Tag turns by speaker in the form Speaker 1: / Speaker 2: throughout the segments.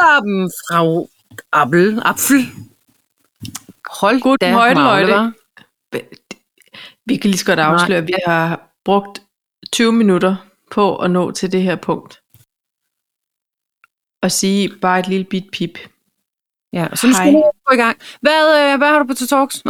Speaker 1: Buchstaben, Frau Apfel. Hold
Speaker 2: Guten
Speaker 1: da
Speaker 2: Morgen,
Speaker 1: magle,
Speaker 2: Leute. Vi kan lige så godt afsløre, at vi har brugt 20 minutter på at nå til det her punkt. Og sige bare et lille bit pip.
Speaker 1: Ja, så nu skal vi gå i gang. Hvad har du på til talks?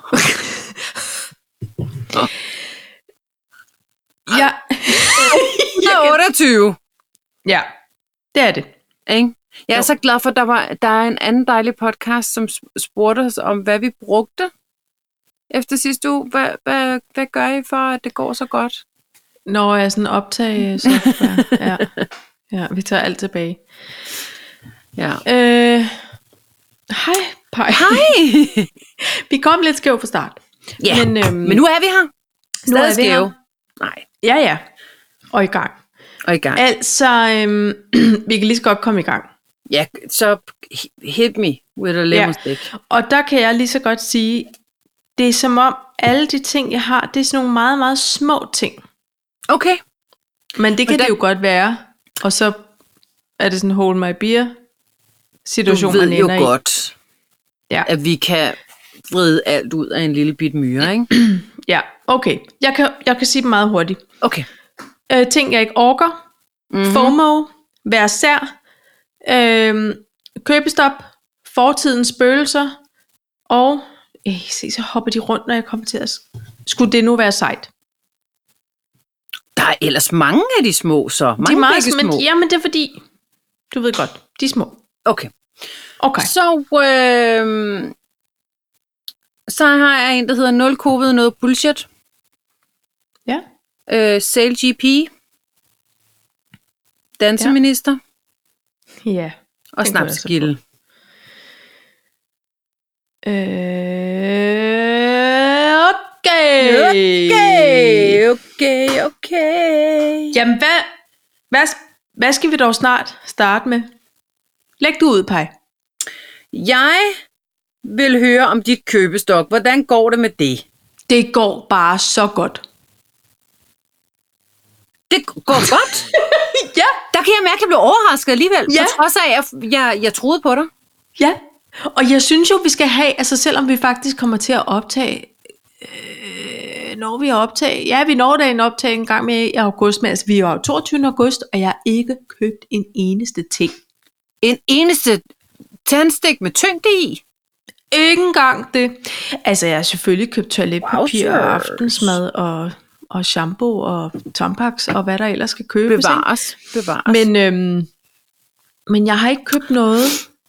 Speaker 2: Ja.
Speaker 1: Det er 28.
Speaker 2: Ja, det er det.
Speaker 1: Ikke? Jeg er så glad for, at der er en anden dejlig podcast, som spurgte os om, hvad vi brugte efter sidste uge. Hvad gør I for, at det går så godt?
Speaker 2: Når jeg sådan optage software. Ja, vi tager alt tilbage.
Speaker 1: Ja.
Speaker 2: Hej, Paj.
Speaker 1: Hej!
Speaker 2: Vi kom lidt skæv fra start.
Speaker 1: Ja, men nu er vi her.
Speaker 2: Nu er vi
Speaker 1: skæv.
Speaker 2: her.
Speaker 1: Nej.
Speaker 2: Ja. Og i gang. Altså, vi kan lige så godt komme i gang.
Speaker 1: Ja, så hit me with a lemon stick.
Speaker 2: Og der kan jeg lige så godt sige, det er som om alle de ting, jeg har, det er sådan nogle meget, meget små ting.
Speaker 1: Okay.
Speaker 2: Men det kan det jo godt være. Og så er det sådan en hold my beer situation,
Speaker 1: du ved
Speaker 2: man
Speaker 1: jo
Speaker 2: ender
Speaker 1: godt, at vi kan vride alt ud af en lille bit myre, ikke?
Speaker 2: Ja, okay. Jeg kan sige dem meget hurtigt.
Speaker 1: Okay.
Speaker 2: Ting, jeg ikke orker. Mm-hmm. FOMO. Vær sær. Købestop. Fortidens spøgelser. Og se, så hopper de rundt, når jeg kommer til at... Skulle det nu være sejt?
Speaker 1: Der er ellers mange af de små, så. Mange
Speaker 2: de er meget
Speaker 1: små.
Speaker 2: Men, jamen, det er fordi... Du ved godt, de er små.
Speaker 1: Okay.
Speaker 2: Så,
Speaker 1: så har jeg en, der hedder 0 covid, noget bullshit.
Speaker 2: Ja.
Speaker 1: Sale GP. Danseminister.
Speaker 2: Ja.
Speaker 1: Og snapsgilde. Okay.
Speaker 2: Jamen, hvad skal vi dog snart starte med? Læg du ud, Paj.
Speaker 1: Jeg vil høre om dit købestok. Hvordan går det med det?
Speaker 2: Det går bare så godt.
Speaker 1: Det går godt?
Speaker 2: Ja.
Speaker 1: Der kan jeg mærke, at jeg blev overrasket alligevel.
Speaker 2: Ja.
Speaker 1: På trods af, at jeg troede på dig.
Speaker 2: Ja. Og jeg synes jo, vi skal have, altså selvom vi faktisk kommer til at optage, når vi optage, ja, vi når da en optag en gang med i august, men altså vi er jo 22. august, og jeg har ikke købt en eneste ting.
Speaker 1: En eneste tandstik med tyngde i?
Speaker 2: Ikke engang det. Altså jeg har selvfølgelig købt toiletpapir og aftensmad og shampoo og Tampax og hvad der ellers skal købes.
Speaker 1: Bevares.
Speaker 2: Men jeg har ikke købt noget,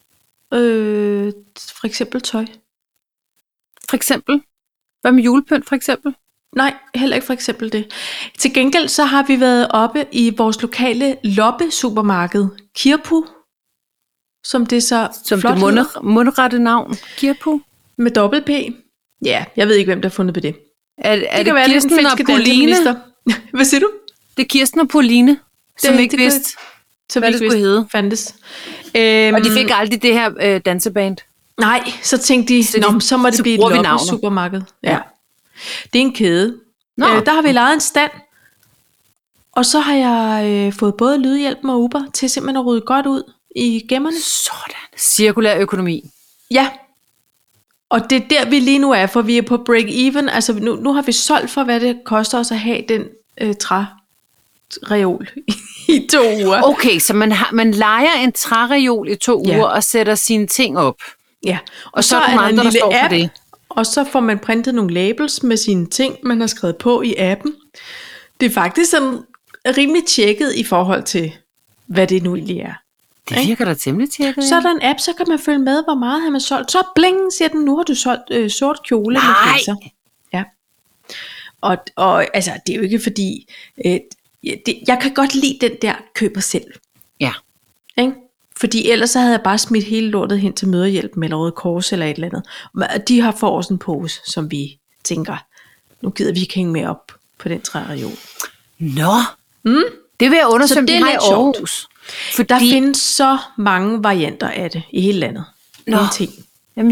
Speaker 2: for eksempel tøj.
Speaker 1: For eksempel? Hvad med julepynt for eksempel?
Speaker 2: Nej, heller ikke for eksempel det. Til gengæld så har vi været oppe i vores lokale loppesupermarked, Kirpu, som det så
Speaker 1: som
Speaker 2: flot
Speaker 1: det mundrette navn, Kirpu.
Speaker 2: Med dobbelt P. Ja, jeg ved ikke, hvem der har fundet på det.
Speaker 1: Er det
Speaker 2: være,
Speaker 1: Kirsten
Speaker 2: det
Speaker 1: og Pauline?
Speaker 2: Hvad siger du?
Speaker 1: Det er Kirsten og Pauline, som ikke vidste, hvad det skulle hedde.
Speaker 2: Fandtes.
Speaker 1: Og de fik aldrig det her danseband.
Speaker 2: Nej, så tænkte de, så må det blive et loppesupermarked. Ja. Det er en kæde. Der har vi lejet en stand. Og så har jeg fået både Lydhjælpen og Uber til simpelthen at rydde godt ud i gemmerne.
Speaker 1: Sådan. Cirkulær økonomi.
Speaker 2: Ja. Og det er der, vi lige nu er, for vi er på break-even. Altså nu har vi solgt for, hvad det koster os at have den træreol i 2 uger.
Speaker 1: Okay, så man lejer en træreol i 2 uger og sætter sine ting op.
Speaker 2: Ja.
Speaker 1: Og så er der nogle andre, der står for det.
Speaker 2: Og så får man printet nogle labels med sine ting, man har skrevet på i appen. Det er faktisk sådan rimelig tjekket i forhold til, hvad det nu egentlig er.
Speaker 1: Det virker da temmelig tjekket.
Speaker 2: Så er der en app, så kan man følge med, hvor meget har man solgt. Så bling, siger den, nu har du solgt sort kjole med flæser. Ja. Og altså, det er jo ikke fordi, jeg kan godt lide den der køber selv.
Speaker 1: Ja.
Speaker 2: Ikke? Fordi ellers så havde jeg bare smidt hele lortet hen til Møderhjælpen eller Røde Kors eller et eller andet. De har for os en pose, som vi tænker, nu gider vi ikke hænge med op på den træreol.
Speaker 1: Nå, det vil jeg undersøge, det er lidt sjovt.
Speaker 2: For der findes så mange varianter af det i hele landet.
Speaker 1: Nå, jamen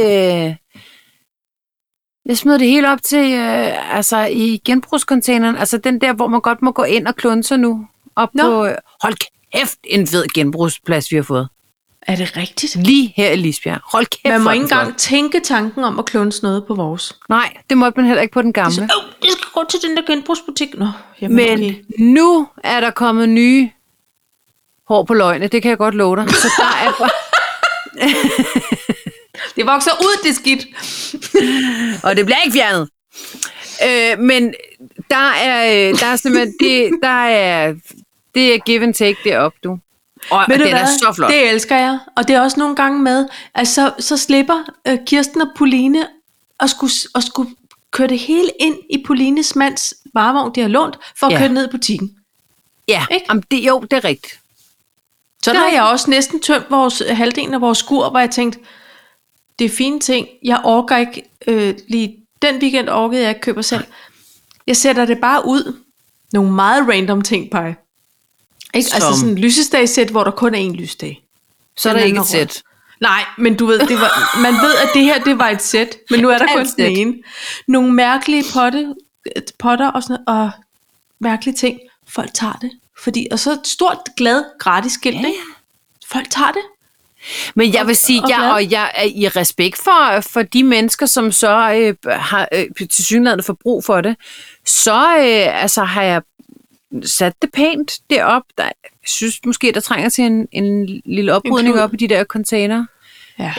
Speaker 1: jeg smider det hele op til, altså i genbrugscontaineren, altså den der, hvor man godt må gå ind og klunse nu. Op på, hold kæft, en fed genbrugsplads, vi har fået.
Speaker 2: Er det rigtigt?
Speaker 1: Lige her i Lisbjerg. Hold kæft.
Speaker 2: Man må ikke engang tænke tanken om at klunse noget på vores.
Speaker 1: Nej, det måtte man heller ikke på den gamle.
Speaker 2: Det skal gå til den der genbrugsbutik. Nå, jamen,
Speaker 1: men okay. Nu er der kommet nye hår på løgne. Det kan jeg godt love dig. Så der er bare...
Speaker 2: Det vokser ud, det skidt.
Speaker 1: Og det bliver ikke fjernet. Men der er simpelthen... Det er give and take deroppe, du. Og den er så flot.
Speaker 2: Det elsker jeg. Og det er også nogle gange med, at så slipper Kirsten og Pauline at skulle køre det hele ind i Paulines mands varevogn, de har lånt, for at køre ned i butikken.
Speaker 1: Ja, det er rigtigt.
Speaker 2: Så der har jeg også næsten tømt halvdelen af vores skur, hvor jeg tænkte, det er fine ting. Jeg orker ikke, lige den weekend orkede jeg ikke køber selv. Jeg sætter det bare ud. Nogle meget random ting, Paj. Ikke? Altså sådan en lysestagsæt, hvor der kun er én lysdag.
Speaker 1: Så er der ikke et sæt.
Speaker 2: Nej, men du ved, man ved, at det her, det var et sæt, men nu er der kun den ene. Nogle mærkelige potter og sådan noget, og mærkelige ting. Folk tager det. Og så et stort, glad, gratis skilt, ikke? Folk tager det. Men jeg vil sige, jeg er i respekt for de mennesker, som så har tilsyneladende for brug for det, så har jeg sat det pænt derop. Jeg synes måske, der trænger til en lille oprydning op i de der container. Ja.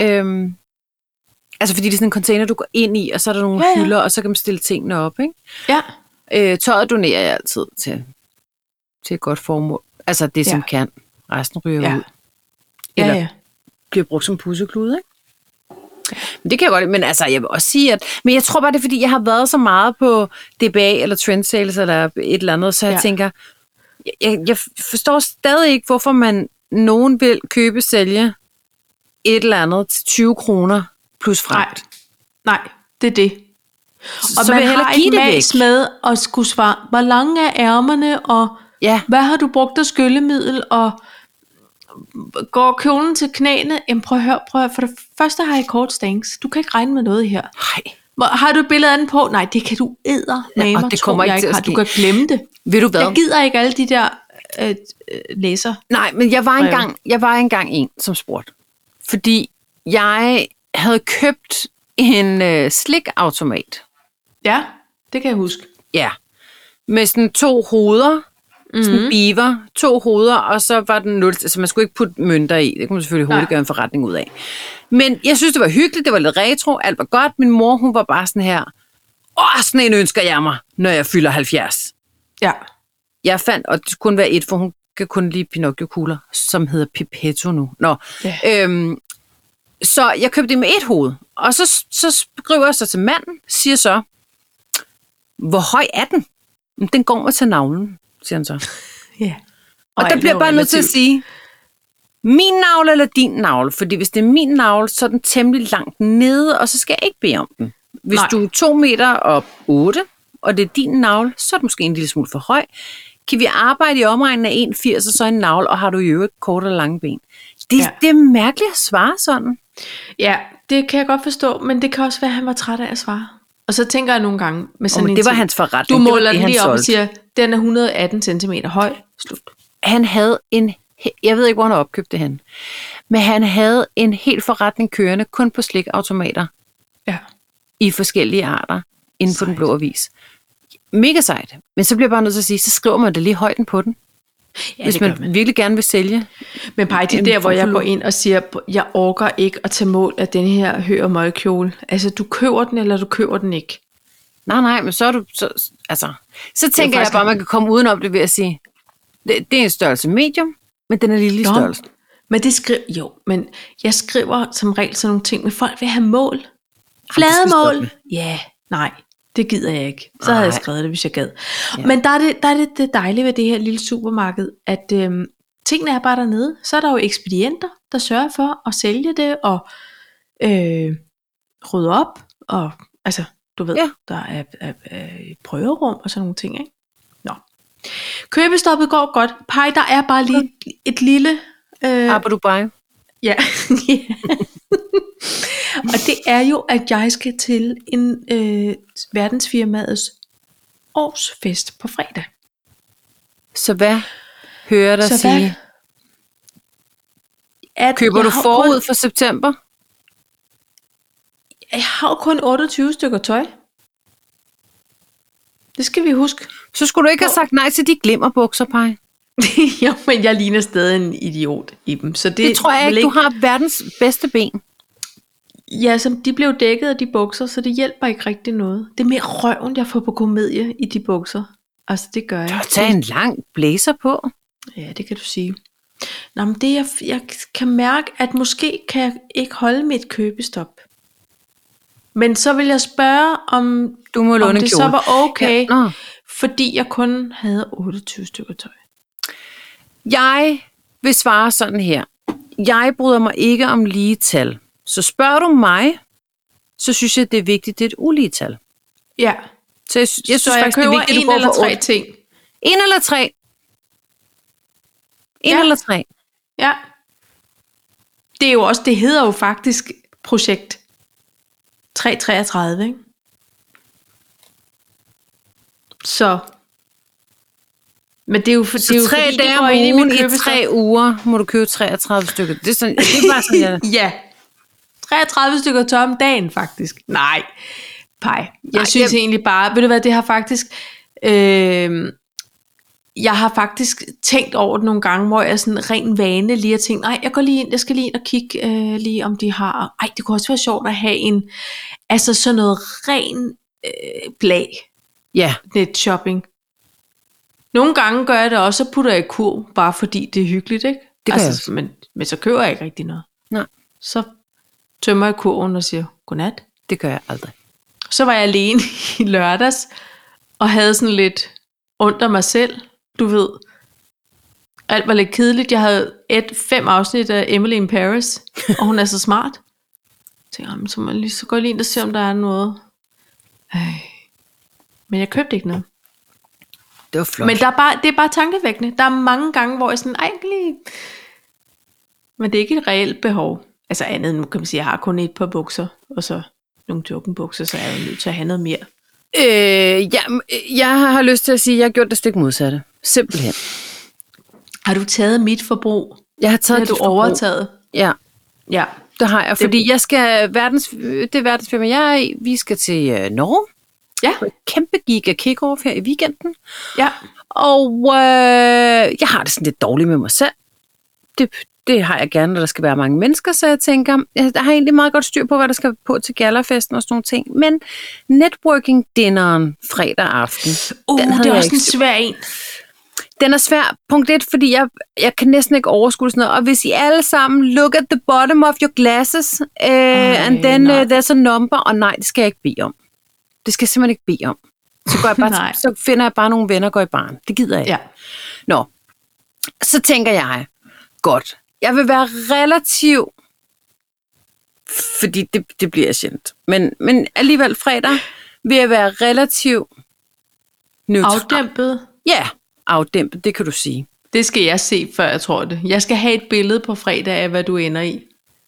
Speaker 2: Altså fordi det er sådan en container, du går ind i, og så er der nogle hylder, og så kan man stille tingene op, ikke? Ja. Tøjet donerer jeg altid til et godt formål. Altså det, som kan. Resten ryger ud. Eller bliver brugt som pusseklude, ikke? Men det kan jeg godt, men altså, jeg vil også sige, men jeg tror bare, det er, fordi jeg har været så meget på DBA, eller Trendsales, eller et eller andet, så jeg tænker, jeg forstår stadig ikke, hvorfor nogen vil sælge et eller andet til 20 kroner plus fragt. Nej, det er det. Og så man har ikke mas med at skulle svare, hvor lange er ærmerne, og hvad har du brugt af skyllemiddel, og går kjolen til knæene? Jamen prøv at høre, for det første har jeg kort stængs. Du kan ikke regne med noget her. Nej. Har du et billede af den på? Nej, det kan du og det kommer ikke til at ske. Du kan glemme det. Ved du hvad? Jeg gider ikke alle de der læser. Nej, men jeg var engang en, som spurgte. Fordi jeg havde købt en slikautomat. Ja, det kan jeg huske. Ja, med sådan 2 hoveder. Sådan en beaver, 2 hoveder, og så var den 0, altså man skulle ikke putte mønter i, det kunne man selvfølgelig hurtigt gøre en forretning ud af. Men jeg synes, det var hyggeligt, det var lidt retro, alt var godt. Min mor, hun var bare sådan her, sådan en ønsker jeg mig, når jeg fylder 70. Ja. Jeg fandt, og det kunne være et, for hun kan kun lide Pinocchio-kugler, som hedder Pipetto nu. Nå. Ja. Så jeg købte det med 1 hoved, og så skriver jeg så til manden, siger så, hvor høj er den? Den går mig til navlen, siger han så. Ja. Og der bliver jeg bare nødt til at sige, min navle eller din navle? Fordi hvis det er min navle, så er den temmelig langt nede, og så skal jeg ikke bede om den. Hvis du er 2 meter og 8, og det er din navle, så er det måske en lille smule for høj. Kan vi arbejde i omegnen af 1,80 og så en navle, og har du jo ikke kort eller lange ben? Det er mærkeligt at svare sådan. Ja, det kan jeg godt forstå, men det kan også være, at han var træt af at svare. Og så tænker jeg nogle gange med sådan en det var hans forretning. Du måler den lige op og siger, den er 118 cm høj. Slut. Han havde jeg ved ikke, hvor han har opkøbt det hen, men han havde en hel forretning kørende, kun på slikautomater. Ja. I forskellige arter, inden på Den Blå Avis. Mega sejt. Men så bliver jeg bare nødt til at sige, så skriver man det lige højden på den. Ja, hvis man virkelig gerne vil sælge. Men Paj, det er der, hvor jeg går ind og siger, jeg orker ikke at tage mål af den her hø- og møgkjole. Altså, du køber den, eller du køber den ikke. Nej, men så er du... Så tænker jeg bare, man kan komme udenom det ved at sige, det er en størrelse medium, men den er lille i størrelsen. Men men jeg skriver som regel sådan nogle ting, men folk vil have mål. Flade mål. Ja, nej. Det gider jeg ikke. Så havde jeg skrevet det, hvis jeg gad. Ja. Men der er det dejlige ved det her lille supermarked, at tingene er bare dernede. Så er der jo ekspedienter, der sørger for at sælge det, og rydde op, og altså, du ved, der er prøverum og sådan nogle ting, ikke? Nå. Købestoppet går godt. Pej, der er bare lige et lille... Abu Dubai. Ja. Og det er jo, at jeg skal til en verdensfirmaets årsfest på fredag. Så hvad hører der sige? at...
Speaker 1: Køber du forud for september?
Speaker 2: Jeg har jo kun 28 stykker tøj. Det skal vi huske.
Speaker 1: Så skulle du ikke have sagt nej til de glimmerbukser, Paj.
Speaker 2: Jo, men jeg ligner stadig en idiot i dem. Så
Speaker 1: det tror jeg ikke, du har verdens bedste ben.
Speaker 2: Ja, så de blev dækket af de bukser, så det hjælper ikke rigtig noget. Det er mere røven, jeg får på komedie i de bukser. Altså, det gør jeg.
Speaker 1: Tag en lang blazer på.
Speaker 2: Ja, det kan du sige. Nå, men det jeg kan mærke, at måske kan jeg ikke holde mit købestop. Men så vil jeg spørge, om det så var okay, fordi jeg kun havde 28 stykker tøj.
Speaker 1: Jeg vil svare sådan her. Jeg bryder mig ikke om lige tal. Så spørger du mig, så synes jeg, det er vigtigt, det er et ulige tal.
Speaker 2: Ja.
Speaker 1: Så jeg synes faktisk,
Speaker 2: det er
Speaker 1: vigtigt,
Speaker 2: en eller tre ting.
Speaker 1: En eller tre. Eller tre.
Speaker 2: Ja. Det er jo også, det hedder jo faktisk projekt 333, ikke? Så. Men det er jo,
Speaker 1: så det er jo 3 dage om ugen i 3 uger, må du købe 33 stykker. Det er, sådan, det er bare sådan, jeg...
Speaker 2: Ja. 33 stykker tøj om dagen, faktisk. Nej. Pej. Jeg synes egentlig bare, ved du hvad, det har faktisk... jeg har faktisk tænkt over det nogle gange, hvor jeg sådan ren vane lige har tænkt, nej, jeg skal lige ind og kigge lige, om de har... Ej, det kunne også være sjovt at have en... Altså sådan noget ren blag.
Speaker 1: Ja.
Speaker 2: Netshopping. Nogle gange gør jeg det også, så putter jeg i kurv, bare fordi det er hyggeligt, ikke?
Speaker 1: Det gør altså,
Speaker 2: men så køber jeg ikke rigtig noget.
Speaker 1: Nej.
Speaker 2: Så tømmer jeg kurven og siger, godnat.
Speaker 1: Det gør jeg aldrig.
Speaker 2: Så var jeg alene i lørdags, og havde sådan lidt ondt af mig selv, du ved. Alt var lidt kedeligt. Jeg havde 5 afsnit af Emily in Paris, og hun er så smart. Jeg tænkte, så går jeg lige ind og ser, om der er noget. Men jeg købte ikke noget.
Speaker 1: Det var flot.
Speaker 2: Men det er bare tankevækkende. Der er mange gange, hvor jeg sådan, lige... Men det er ikke et reelt behov. Altså andet, nu kan man sige, jeg har kun et par bukser, og så nogle joggingbukser, så er jeg jo nødt til at have noget mere.
Speaker 1: Jeg har lyst til at sige, at jeg har gjort det stik modsatte. Simpelthen.
Speaker 2: Har du taget mit forbrug?
Speaker 1: Jeg har taget
Speaker 2: det. Har du overtaget?
Speaker 1: Ja.
Speaker 2: Ja.
Speaker 1: Det har jeg, fordi jeg skal det verdensfirma, jeg er i. Vi skal til Norge.
Speaker 2: Ja.
Speaker 1: På et kæmpe giga kick-off her i weekenden.
Speaker 2: Ja.
Speaker 1: Og jeg har det sådan lidt dårligt med mig selv. Det har jeg gerne, når der skal være mange mennesker, så jeg tænker, der har egentlig meget godt styr på, hvad der skal på til galafesten og sådan nogle ting. Men networking-dinneren fredag aften,
Speaker 2: det er også en svær en.
Speaker 1: Den er svær. Punkt 1, fordi jeg kan næsten ikke overskue sådan noget. Og hvis I alle sammen look at the bottom of your glasses, and then there's a number, og nej, det skal jeg ikke bede om. Det skal jeg simpelthen ikke bede om. Så, går jeg bare så finder jeg bare nogle venner og går i baren. Det gider jeg ikke.
Speaker 2: Ja.
Speaker 1: Nå, så tænker jeg, godt, jeg vil være relativ, fordi det bliver sjældent. Men alligevel fredag vil jeg være relativ neutral.
Speaker 2: Afdæmpet?
Speaker 1: Ja, afdæmpet, det kan du sige.
Speaker 2: Det skal jeg se, før jeg tror det. Jeg skal have et billede på fredag af, hvad du ender i.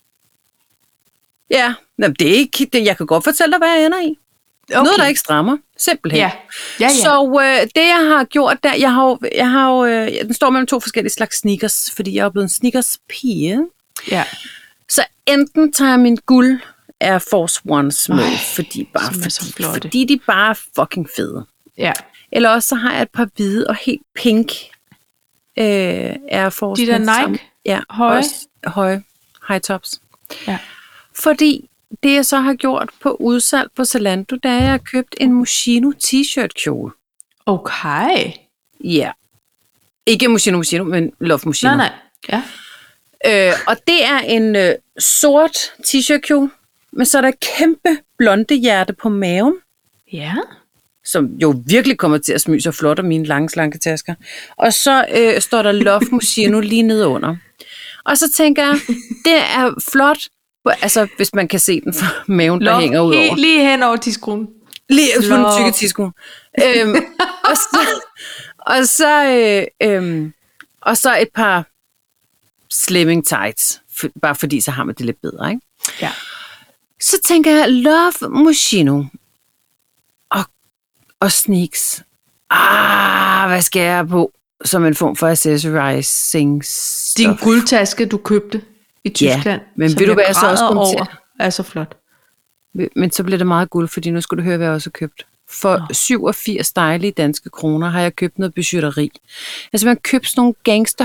Speaker 1: Ja, det er ikke det. Jeg kan godt fortælle dig, hvad jeg ender i. Okay. Noget, der ikke strammer. Simpelthen.
Speaker 2: Ja.
Speaker 1: Så det, jeg har gjort der, jeg har jo den står mellem 2 forskellige slags sneakers, fordi jeg er blevet en sneakers-pige.
Speaker 2: Ja.
Speaker 1: Så enten tager jeg min guld Air Force Ones med, fordi de bare er fucking fede.
Speaker 2: Ja.
Speaker 1: Eller også så har jeg et par hvide og helt pink Air Force.
Speaker 2: De der Nike?
Speaker 1: Ja, høje high tops.
Speaker 2: Ja.
Speaker 1: Fordi det jeg så har gjort på udsalg på Zalando, der er jeg har købt en Moschino t-shirt kjole.
Speaker 2: Okay.
Speaker 1: Ja. Ikke Moschino, men Love Moschino.
Speaker 2: Nej. Ja.
Speaker 1: Og det er en sort t-shirt kjole, men så er der kæmpe blonde hjerte på maven.
Speaker 2: Ja.
Speaker 1: Som jo virkelig kommer til at smyge sig flot af mine lange, slanke tasker. Og så står der Love Moschino lige nede under. Og så tænker jeg, det er flot, altså hvis man kan se den fra maven, der hænger ud over.
Speaker 2: Lige hen over tidskolen.
Speaker 1: Lige på den tykke tidskolen. Og så et par slimming tights, bare fordi så har man det lidt bedre, ikke?
Speaker 2: Ja.
Speaker 1: Så tænker jeg, Love Moschino og sneaks. Hvad skal jeg på som en form for accessorizing?
Speaker 2: Din guldtaske, du købte. i Tyskland.
Speaker 1: Ja, men vil du være så også
Speaker 2: over, er så flot.
Speaker 1: Men så bliver det meget guld, fordi nu skal du høre, hvad jeg også har købt. For 87 dejlige danske kroner har jeg købt noget budgetteri. Altså man købt sådan nogle gangster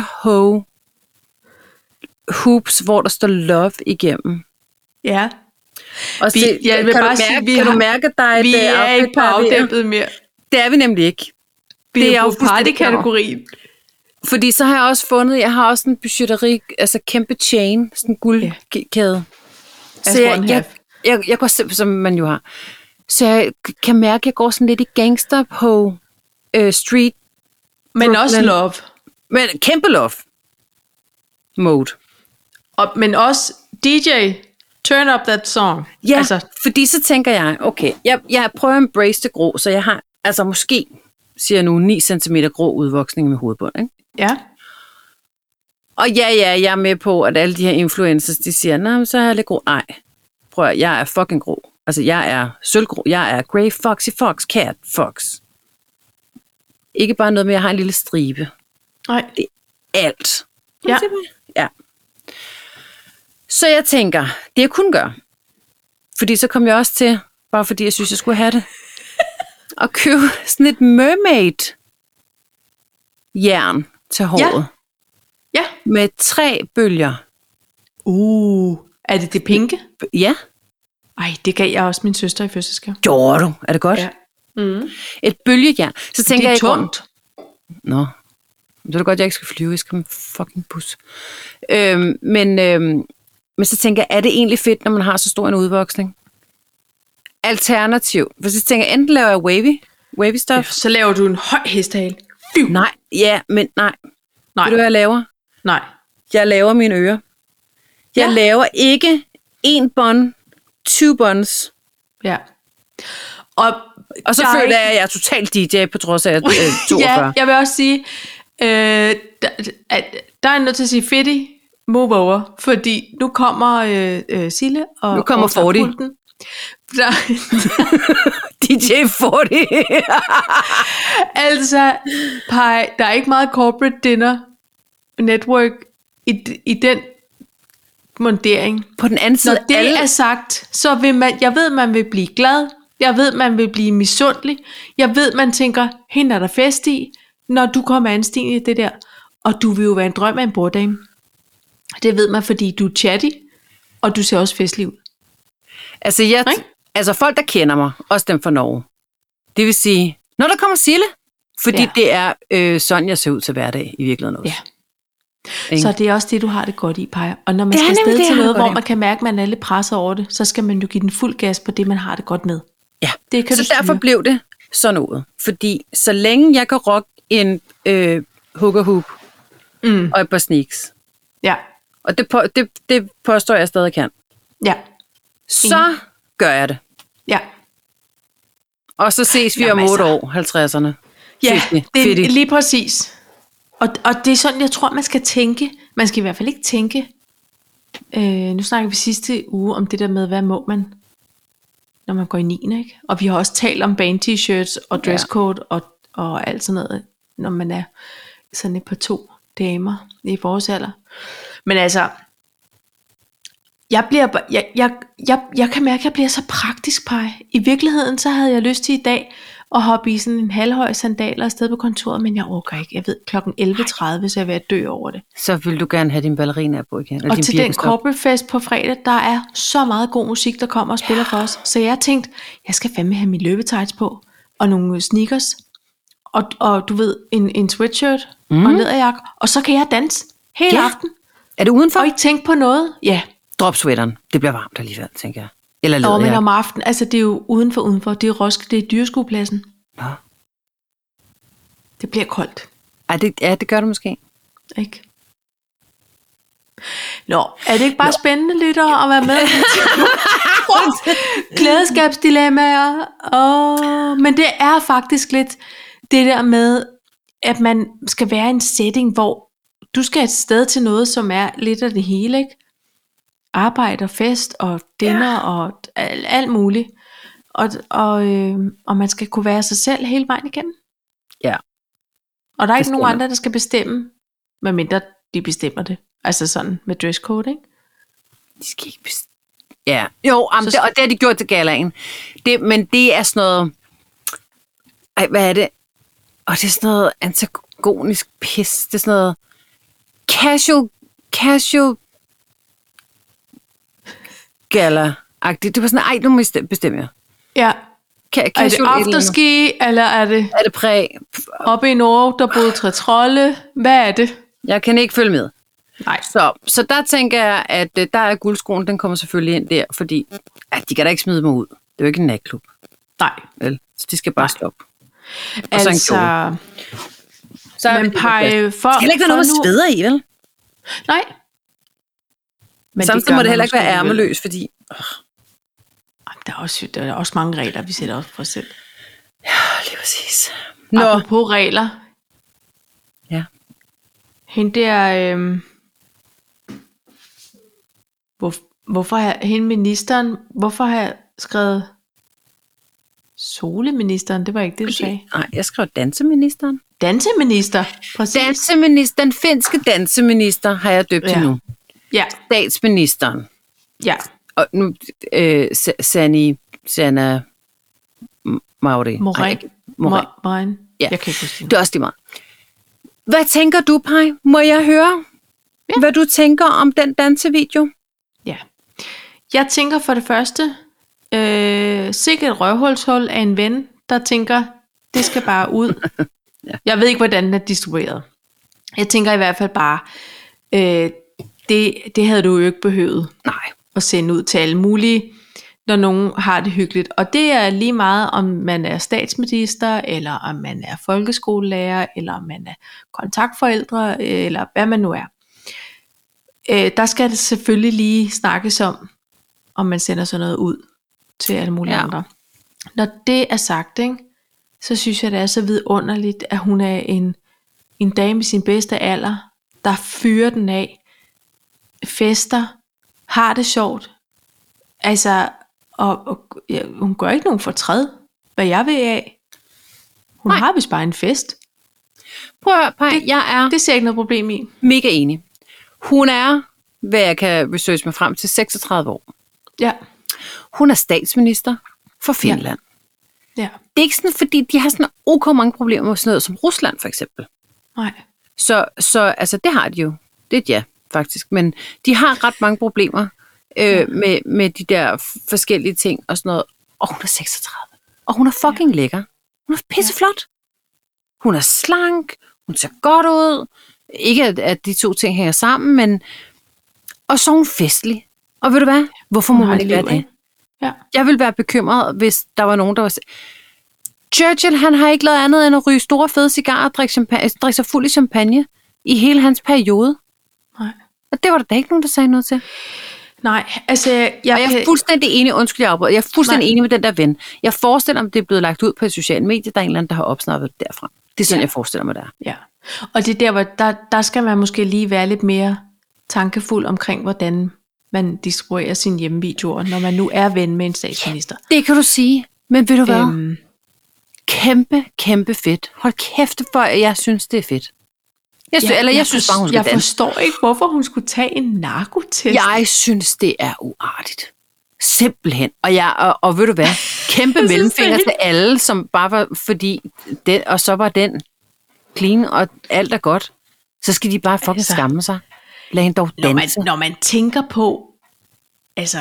Speaker 1: hoops, hvor der står love igennem.
Speaker 2: Ja.
Speaker 1: Og kan du mærke, at der er
Speaker 2: vi er ikke på afdæmpet mere.
Speaker 1: Det er vi nemlig ikke.
Speaker 2: Det er jo party-kategorien.
Speaker 1: Fordi så har jeg også fundet, jeg har også en budgetteri, altså kæmpe chain, sådan en guldkæde. Så jeg går simpelthen, som man jo har. Så jeg kan mærke, at jeg går sådan lidt i gangster på street.
Speaker 2: Men Brooklyn. Også love.
Speaker 1: Men kæmpe love mode.
Speaker 2: Men også DJ, turn up that song.
Speaker 1: Ja, altså. Fordi så tænker jeg, okay, jeg prøver at embrace det grå, så jeg har altså måske, siger jeg nu, 9 cm grå udvoksning med hovedbund, ikke?
Speaker 2: Ja.
Speaker 1: Og jeg er med på, at alle de her influencers, de siger, nej, så er jeg lidt grå. Nej, prøv at, jeg er fucking grå. Altså, jeg er sølvgrå. Jeg er grey foxy fox, cat fox. Ikke bare noget med, jeg har en lille stribe.
Speaker 2: Nej.
Speaker 1: Det er alt.
Speaker 2: Ja.
Speaker 1: Så jeg tænker, det jeg kunne gøre, fordi så kom jeg også til, bare fordi jeg synes, jeg skulle have det, at købe sådan et mermaid jern til håret.
Speaker 2: Ja.
Speaker 1: Med 3 bølger.
Speaker 2: Er det pinke?
Speaker 1: Ja.
Speaker 2: Ej, det gav jeg også min søster i fødselsdagsgave.
Speaker 1: Gjorde du? Er det godt?
Speaker 2: Ja.
Speaker 1: Et bølgejern. Så tænker
Speaker 2: det er tungt.
Speaker 1: Nå. Det er godt, jeg ikke skal flyve. Jeg skal med fucking bus. Men så tænker jeg, er det egentlig fedt, når man har så stor en udvoksning? Alternativ. Hvis jeg tænker, enten laver jeg wavy stuff.
Speaker 2: Så laver du en høj hestehale.
Speaker 1: Nej. Ved du, hvad jeg laver?
Speaker 2: Nej.
Speaker 1: Jeg laver mine ører. Jeg laver ikke 1 bun, 2 buns.
Speaker 2: Ja.
Speaker 1: Og så føler jeg, at jeg er totalt DJ på trods af, at jeg er 42.
Speaker 2: Ja, jeg vil også sige, der er nødt til at sige fedtig move over, fordi nu kommer Sille og...
Speaker 1: Nu kommer 40. DJ 40.
Speaker 2: Altså, der er ikke meget corporate dinner network i den montering.
Speaker 1: På den anden side...
Speaker 2: Når det er sagt, så vil jeg ved, man vil blive glad. Jeg ved, man vil blive misundelig. Jeg ved, man tænker, hende er der fest i, når du kommer anstigende i det der. Og du vil jo være en drøm af en borddame. Det ved man, fordi du er chatty, og du ser også festlig ud.
Speaker 1: Altså folk, der kender mig, også dem fra Norge, det vil sige, når der kommer Sille, fordi det er sådan, jeg ser ud til hverdag i virkeligheden også.
Speaker 2: Ja. Så det er også det, du har det godt i, Paj. Og når man skal afsted til noget, hvor man kan mærke, at man er lidt presset over det, så skal man jo give den fuld gas på det, man har det godt med.
Speaker 1: Ja,
Speaker 2: det kan
Speaker 1: så derfor blev det sådan noget. Fordi så længe jeg kan rocke en hooker hoop og et par sneaks, og det påstår jeg stadig kan, så gør jeg det.
Speaker 2: Ja.
Speaker 1: Og så ses vi om 8 år, 50'erne.
Speaker 2: Ja, det er lige præcis. Og det er sådan, jeg tror, man skal tænke. Man skal i hvert fald ikke tænke. Nu snakker vi sidste uge om det der med, hvad må man, når man går i 9. Ikke? Og vi har også talt om band-t-shirts og dresscode og alt sådan noget, når man er sådan et par 2 damer i vores alder. Men altså, jeg kan mærke, at jeg bliver så praktisk, Paj. I virkeligheden, så havde jeg lyst til i dag at hoppe i sådan en halvhøj sandaler afsted på kontoret, men jeg orker ikke. Jeg ved, 11:30, så jeg vil dø over det.
Speaker 1: Så vil du gerne have din ballerina på igen.
Speaker 2: Og til den corporate fest på fredag, der er så meget god musik, der kommer og spiller for os. Så jeg tænkte, jeg skal fandme have min løbetights på, og nogle sneakers, og du ved, en sweatshirt og en læderjakke, og så kan jeg danse hele aften.
Speaker 1: Er det udenfor?
Speaker 2: Og ikke tænke på noget. Ja.
Speaker 1: Drop sweateren. Det bliver varmt alligevel, tænker jeg. Eller læderjakke.
Speaker 2: Men om aftenen, altså det er jo udenfor. Det er Roskilde, det er Dyreskuepladsen.
Speaker 1: Ja.
Speaker 2: Det bliver koldt.
Speaker 1: Det gør det måske.
Speaker 2: Ikke? Nå, er det ikke bare spændende, lytter, at være med? Klædeskabsdilemmaer. Men det er faktisk lidt det der med, at man skal være i en setting, hvor du skal et sted til noget, som er lidt af det hele, ikke? Arbejde og fest og dinner og alt muligt. Og man skal kunne være sig selv hele vejen igennem.
Speaker 1: Ja.
Speaker 2: Og der er ikke nogen andre, der skal bestemme, medmindre de bestemmer det. Altså sådan med dresscode, ikke?
Speaker 1: De skal ikke ja, jo, og det har de gjort til galaen. Men det er sådan noget... Ej, hvad er det? Og det er sådan noget antagonisk pis. Det er sådan noget casual gala-agtigt. Det var sådan, ej, nu må I bestemme jer.
Speaker 2: Ja. Er det afterski, eller er det...
Speaker 1: Er det præg?
Speaker 2: Oppe i Norge, der boede 3 trolde. Hvad er det?
Speaker 1: Jeg kan ikke følge med.
Speaker 2: Nej.
Speaker 1: Så der tænker jeg, at der er guldskroen, den kommer selvfølgelig ind der, fordi de kan da ikke smide mig ud. Det er jo ikke en natklub.
Speaker 2: Nej.
Speaker 1: Vel? Så de skal bare stoppe.
Speaker 2: Altså... Så men pege for...
Speaker 1: Det skal ikke være noget med sveder i, vel?
Speaker 2: Nej.
Speaker 1: Men samtidig må det heller ikke være ærmeløs, fordi...
Speaker 2: Der er også mange regler, vi sætter op for os selv.
Speaker 1: Ja, lige præcis.
Speaker 2: Apropos regler.
Speaker 1: Ja.
Speaker 2: Hende der... Hvorfor har jeg skrevet soleministeren? Det var ikke det, du sagde.
Speaker 1: Nej, jeg skrev danseministeren.
Speaker 2: Danseminister? Præcis.
Speaker 1: Danseminister, den finske danseminister har jeg døbt til nu.
Speaker 2: Ja.
Speaker 1: Statsministeren.
Speaker 2: Ja.
Speaker 1: Og nu Sanna Mauri.
Speaker 2: Morin.
Speaker 1: Ja.
Speaker 2: Jeg kan ikke huske det.
Speaker 1: Det er også det meget. Hvad tænker du, Paj? Må jeg høre, hvad du tænker om den dansevideo?
Speaker 2: Ja. Jeg tænker for det første, sikkert et røvhulshul af en ven, der tænker, det skal bare ud. Ja. Jeg ved ikke, hvordan den er distribueret. Jeg tænker i hvert fald bare, det havde du jo ikke behøvet.
Speaker 1: Nej.
Speaker 2: At sende ud til alle mulige, når nogen har det hyggeligt. Og det er lige meget, om man er statsminister, eller om man er folkeskolelærer, eller om man er kontaktforældre, eller hvad man nu er. Der skal det selvfølgelig lige snakkes om man sender sådan noget ud til alle mulige andre. Når det er sagt, ikke, så synes jeg, det er så vidunderligt, at hun er en dame i sin bedste alder, der fyrer den af, fester, har det sjovt. Altså, hun gør ikke nogen fortræd, hvad jeg ved af. Hun har vist bare en fest.
Speaker 1: Prøv at høre,
Speaker 2: det ser jeg ikke noget problem i.
Speaker 1: Mega enig. Hun er, hvad jeg kan researche mig frem til, 36 år.
Speaker 2: Ja.
Speaker 1: Hun er statsminister for Finland.
Speaker 2: Ja.
Speaker 1: Det er ikke sådan, fordi de har sådan mange problemer med sådan noget som Rusland for eksempel.
Speaker 2: Nej.
Speaker 1: Så altså, det har de jo. Det er et ja, faktisk. Men de har ret mange problemer med de der forskellige ting og sådan noget. Og hun er 36. Og hun er fucking lækker. Hun er pisseflot. Hun er slank. Hun ser godt ud. Ikke at de to ting hænger sammen, men... Og så er hun festlig. Og ved du hvad? Hvorfor må man ikke være det?
Speaker 2: Ja.
Speaker 1: Jeg ville være bekymret, hvis der var nogen, der var... Churchill, han har ikke lavet andet end at ryge store, fede cigarer og drikke sig fuld i champagne i hele hans periode.
Speaker 2: Nej.
Speaker 1: Og det var der ikke nogen, der sagde noget til.
Speaker 2: Nej, altså... Jeg
Speaker 1: er fuldstændig enig, undskyld, jeg afbryder. Jeg er fuldstændig enig med den der ven. Jeg forestiller mig, det er blevet lagt ud på et socialt medie, der er en eller anden, der har opsnappet det derfra. Det er sådan, jeg forestiller mig, der.
Speaker 2: Ja, og det er der, hvor der skal man måske lige være lidt mere tankefuld omkring, hvordan man distribuerer sine hjemmevideoer, når man nu er ven med en statsminister.
Speaker 1: Det kan du sige, men ved du hvad? Kæmpe fedt. Hold kæft for, at jeg synes, det er fedt. Jeg synes bare, hun skal danse.
Speaker 2: Jeg forstår ikke, hvorfor hun skulle tage en narkotest.
Speaker 1: Jeg synes, det er uartigt. Simpelthen. Og ved du hvad? Kæmpe mellemfinger til alle, som bare var, fordi den, og så var den clean, og alt er godt. Så skal de bare fucking skamme sig. Lad hende dog danse.
Speaker 2: Når man tænker på, altså,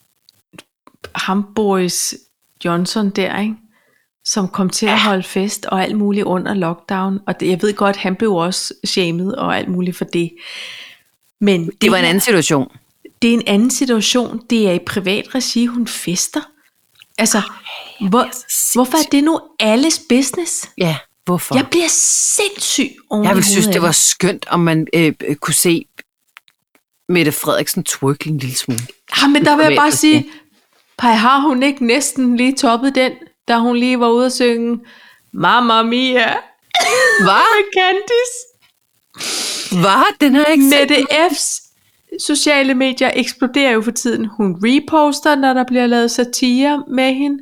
Speaker 2: ham Boris Johnson der, ikke? Som kom til at holde fest og alt muligt under lockdown. Og jeg ved godt, han blev også shamed og alt muligt for det. Men
Speaker 1: det var en anden situation.
Speaker 2: Det er en anden situation. Det er i privat regi, hun fester. Altså, hvorfor er det nu alles business?
Speaker 1: Ja, hvorfor?
Speaker 2: Jeg bliver sindssyg over
Speaker 1: jeg ville synes, det var skønt, om man kunne se Mette Frederiksen twerke en lille smule.
Speaker 2: Ja, men der vil jeg bare sige, har hun ikke næsten lige toppet den, da hun lige var ude at synge Mamma Mia?
Speaker 1: Hvad?
Speaker 2: Med Candice.
Speaker 1: Hvad? Den har jeg ikke set.
Speaker 2: Mette F's sociale medier eksploderer jo for tiden. Hun reposter, når der bliver lavet satire med hende.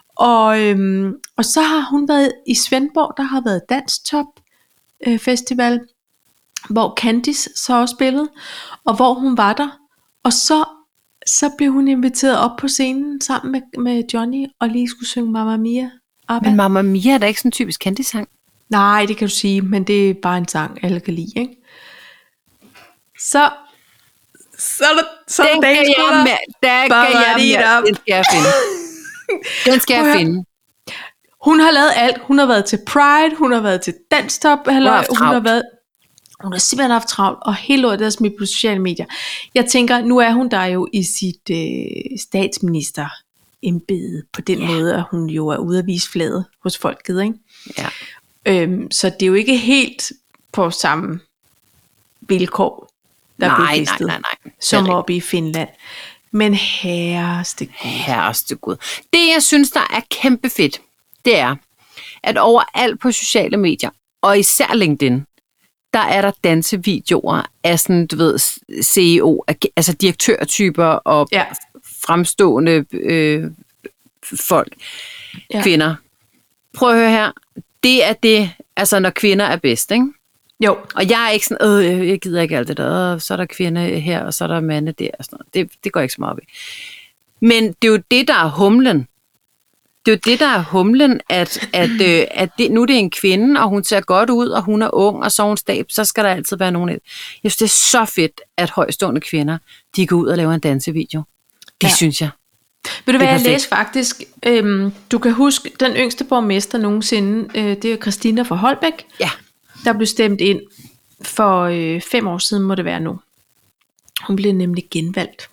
Speaker 2: Og så har hun været i Svendborg, der har været Danstop Festival, hvor Candice så også spillede, og hvor hun var der. Og så så blev hun inviteret op på scenen sammen med Johnny, og lige skulle synge Mamma Mia. ABBA.
Speaker 1: Men Mamma Mia er da ikke sådan en typisk kendissang.
Speaker 2: Nej, det kan du sige, men det er bare en sang, alle kan lide, ikke? Så er der dagens gutter.
Speaker 1: Den skal jeg finde. Den skal jeg finde.
Speaker 2: Hun har lavet alt. Hun har været til Pride, hun har været til Danstop, hun har simpelthen haft travlt, og hele året der smidt på sociale medier. Jeg tænker, nu er hun der jo i sit statsministerembede på den måde, at hun jo er ude at vise flaget hos folket, ikke?
Speaker 1: Ja.
Speaker 2: Så det er jo ikke helt på samme vilkår, der bliver festet, som oppe i Finland. Men herreste Gud.
Speaker 1: Det, jeg synes, der er kæmpe fedt, det er, at overalt på sociale medier, og især LinkedIn, der er der dansevideoer af sådan, du ved, CEO, altså direktørtyper og fremstående folk, kvinder. Prøv at høre her. Det er det, altså når kvinder er bedst, ikke?
Speaker 2: Jo.
Speaker 1: Og jeg er ikke sådan, jeg gider ikke alt det der, så er der kvinder her, og så er der mande der, og sådan noget. Det går ikke så meget op i. Men det er jo det, der er humlen. Det er jo det, der er humlen, at det, nu det er en kvinde, og hun ser godt ud, og hun er ung, og så er hun stab, så skal der altid være nogen. Jeg synes, det er så fedt, at højstående kvinder, de går ud og laver en dansevideo. Det synes jeg.
Speaker 2: Ved du hvad, jeg læste faktisk, du kan huske, den yngste borgmester nogensinde, det er Christina fra Holbæk, der blev stemt ind for 5 år siden, må det være nu. Hun blev nemlig genvalgt.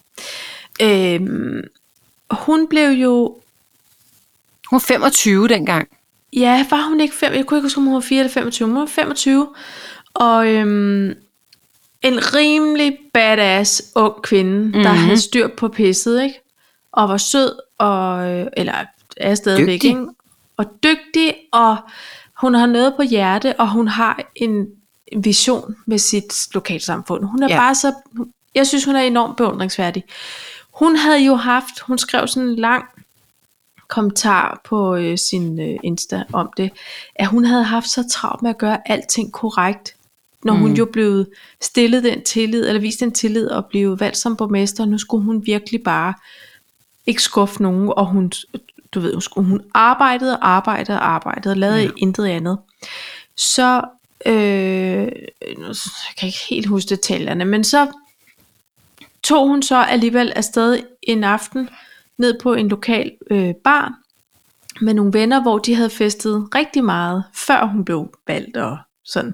Speaker 2: Hun blev jo...
Speaker 1: Hun var 25 dengang.
Speaker 2: Ja, var hun ikke 5? Jeg kunne ikke huske, om hun var 4 eller 25. Hun var 25. Og en rimelig badass ung kvinde, der havde styr på pisset, ikke? Og var sød, eller er stadigvæk, ikke? Og dygtig, og hun har noget på hjerte, og hun har en vision med sit lokalsamfund. Hun er bare så... Jeg synes, hun er enormt beundringsværdig. Hun skrev sådan en lang kommentar på sin Insta om det, at hun havde haft så travlt med at gøre alting korrekt, når hun jo blev stillet den tillid, eller vist den tillid og blev valgt som borgmester. Nu skulle hun virkelig bare ikke skuffe nogen, og hun arbejdede og lavede intet andet. Så jeg kan ikke helt huske detaljerne, men så tog hun så alligevel afsted en aften ned på en lokal bar med nogle venner, hvor de havde festet rigtig meget, før hun blev valgt og sådan.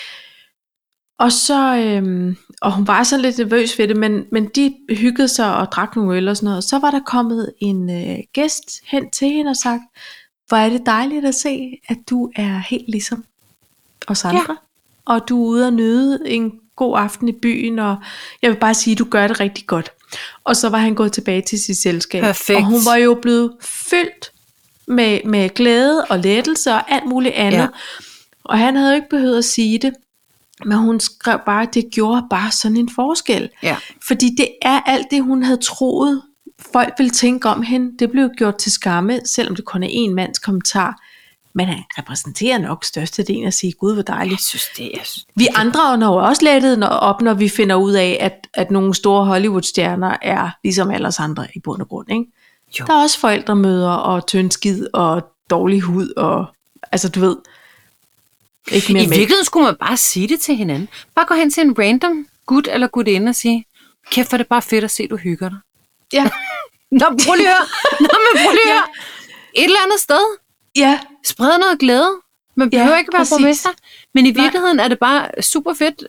Speaker 2: Og så, og hun var så lidt nervøs ved det, men de hyggede sig og drak nogle øl og sådan noget. Og så var der kommet en gæst hen til hende og sagt, hvor er det dejligt at se, at du er helt ligesom os andre. Og du er ude og nyde en god aften i byen, og jeg vil bare sige, at du gør det rigtig godt. Og så var han gået tilbage til sit selskab.
Speaker 1: Perfekt.
Speaker 2: Og hun var jo blevet fyldt med glæde og lettelse og alt muligt andet. Ja. Og han havde jo ikke behøvet at sige det, men hun skrev bare, at det gjorde bare sådan en forskel. Ja. Fordi det er alt det, hun havde troet, folk ville tænke om hende. Det blev gjort til skamme, selvom det kun er en mands kommentar. Men han repræsenterer nok størstedelen at sige, Gud, hvor dejligt.
Speaker 1: Jeg synes det.
Speaker 2: Vi andre når også lettet op, når vi finder ud af, at nogle store Hollywood-stjerner er ligesom alle os andre i bund og grund. Ikke? Der er også forældremøder og tyndskid og dårlig hud. Og, altså du ved. Ikke mere.
Speaker 1: I virkeligheden skulle man bare sige det til hinanden. Bare gå hen til en random gut eller gutinde og sige, kæft, for det er bare fedt at se, du hygger dig.
Speaker 2: Ja.
Speaker 1: Prøv lige at høre. Et eller andet sted.
Speaker 2: Ja.
Speaker 1: Spred noget glæde. Man behøver ikke være borgmester. Men i virkeligheden er det bare super fedt.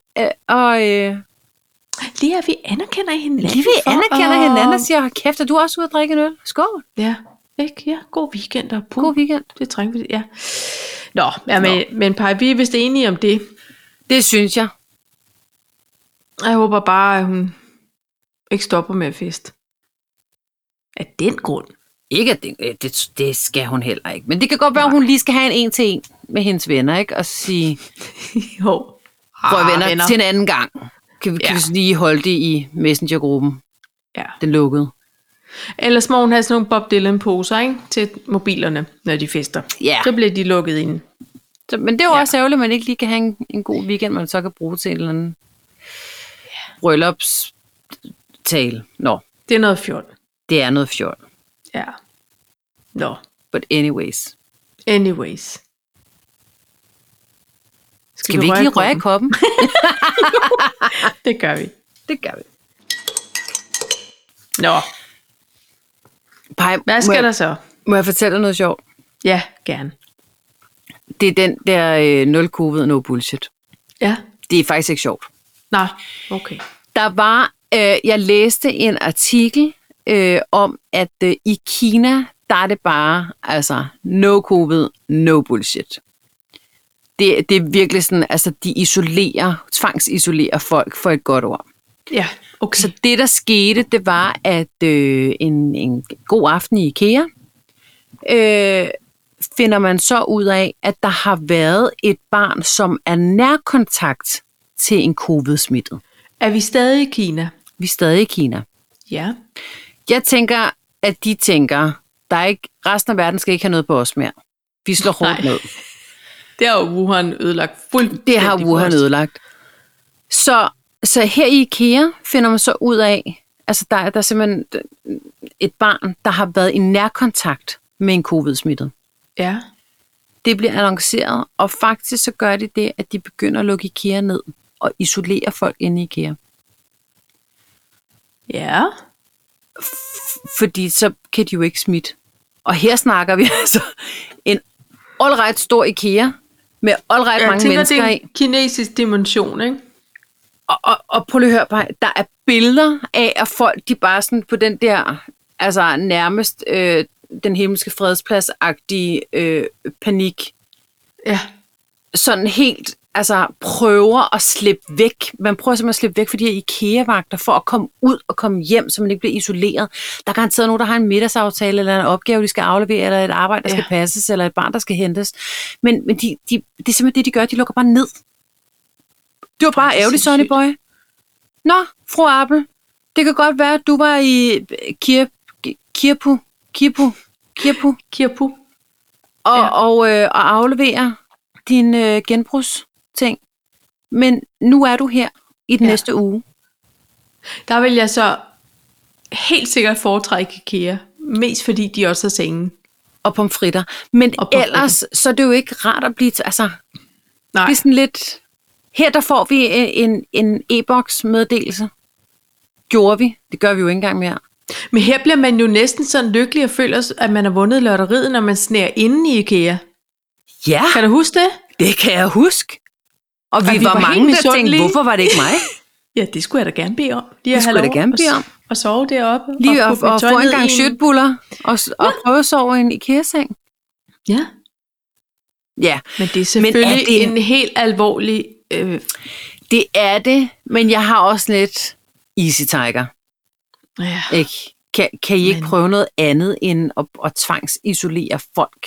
Speaker 2: Lige at vi anerkender hinanden.
Speaker 1: Lige vi anerkender hinanden og siger, kæft, er du også ude at drikke en øl? Skål.
Speaker 2: Ja. Ikke? Ja, god weekend. Og
Speaker 1: god weekend.
Speaker 2: Det trænger vi, ja. Nå, men Paj, vi er vist enige om det.
Speaker 1: Det synes jeg.
Speaker 2: Jeg håber bare, at hun ikke stopper med at feste. Af den grund.
Speaker 1: Ikke at det skal hun heller ikke. Men det kan godt være, at hun lige skal have en til en med hendes venner, ikke? Og sige, venner til en anden gang. Kan vi lige holde det i Messenger-gruppen? Ja. Den lukkede.
Speaker 2: Ellers må hun have sådan nogle Bob Dylan-poser, ikke? Til mobilerne, når de fester. Ja. Så bliver de lukket ind.
Speaker 1: Så, men det er jo også ærgerligt, at man ikke lige kan have en god weekend, man så kan bruge til en eller anden bryllupstale. Nå,
Speaker 2: Det er noget fjol.
Speaker 1: Det er noget fjol.
Speaker 2: Ja. Nå.
Speaker 1: But anyways. Skal vi ikke lige røre i koppen?
Speaker 2: Det gør vi. Nå.
Speaker 1: Pej,
Speaker 2: hvad skal der så?
Speaker 1: Må jeg fortælle dig noget sjovt?
Speaker 2: Ja, gerne.
Speaker 1: Det er den der nul covid, no bullshit.
Speaker 2: Ja.
Speaker 1: Det er faktisk ikke sjovt.
Speaker 2: Nej, okay.
Speaker 1: Der var, jeg læste en artikel om, at i Kina, der er det bare, altså, no covid, no bullshit. Det er virkelig sådan, altså, de tvangsisolerer folk for et godt ord.
Speaker 2: Ja, okay.
Speaker 1: Så det, der skete, det var, at en god aften i IKEA, finder man så ud af, at der har været et barn, som er nærkontakt til en covid-smittet.
Speaker 2: Er vi stadig i Kina?
Speaker 1: Vi er stadig i Kina.
Speaker 2: Ja.
Speaker 1: Jeg tænker, at de tænker, der er ikke, resten af verden skal ikke have noget på os mere. Vi slår hårdt ned.
Speaker 2: Det har Wuhan ødelagt fuldstændig.
Speaker 1: Det har Wuhan ødelagt. Så her i IKEA finder man så ud af, altså der er simpelthen et barn, der har været i nærkontakt med en covid-smittet.
Speaker 2: Ja.
Speaker 1: Det bliver annonceret, og faktisk så gør de det, at de begynder at lukke IKEA ned og isolere folk inde i IKEA.
Speaker 2: Ja.
Speaker 1: Fordi så kan de jo ikke smitte. Og her snakker vi altså en allright stor IKEA med allright mange mennesker i.
Speaker 2: Jeg tænker, det er en kinesisk dimension, ikke?
Speaker 1: Og prøv lige at høre på, der er billeder af, at folk, de bare sådan på den der, altså nærmest den himmelske fredsplads-agtige panik.
Speaker 2: Ja.
Speaker 1: Sådan helt, altså prøver at slippe væk. Man prøver simpelthen at slippe væk for de her IKEA-vagter, for at komme ud og komme hjem, så man ikke bliver isoleret. Der er garanteret nogen, der har en middagsaftale, eller en opgave, de skal aflevere, eller et arbejde, der skal passes, eller et barn, der skal hentes. Men det er simpelthen det, de gør. De lukker bare ned. Det var bare ærgerligt, Sonny Boy. Nå, fru Appel, det kan godt være, at du var i Kirpu og aflevere din genbrugsting. Men nu er du her i den næste uge.
Speaker 2: Der vil jeg så helt sikkert foretrække IKEA. Mest fordi de også har sengen.
Speaker 1: Og pomfritter. Men ellers, så er det jo ikke rart at blive... Altså, nej. Det er sådan lidt... Her der får vi en e-boks meddelelse. Gjorde vi. Det gør vi jo ikke engang mere.
Speaker 2: Men her bliver man jo næsten sådan lykkelig og føler, at man har vundet lotteriet, når man sneer inde i IKEA.
Speaker 1: Ja.
Speaker 2: Kan du huske det?
Speaker 1: Det kan jeg huske. Og vi var mange, der tænkte, hvorfor var det ikke mig?
Speaker 2: Ja, det skulle jeg da gerne bede om.
Speaker 1: Det skulle jeg da gerne bede om.
Speaker 2: Og sove deroppe.
Speaker 1: Lige og få en gang shirtbuller og prøve at sove i en IKEA-seng.
Speaker 2: Ja.
Speaker 1: Ja.
Speaker 2: Men det er selvfølgelig en helt alvorlig...
Speaker 1: Det er det, men jeg har også lidt easy tiger.
Speaker 2: Ja.
Speaker 1: Ikke? Kan I ikke prøve noget andet end at tvangsisolere folk?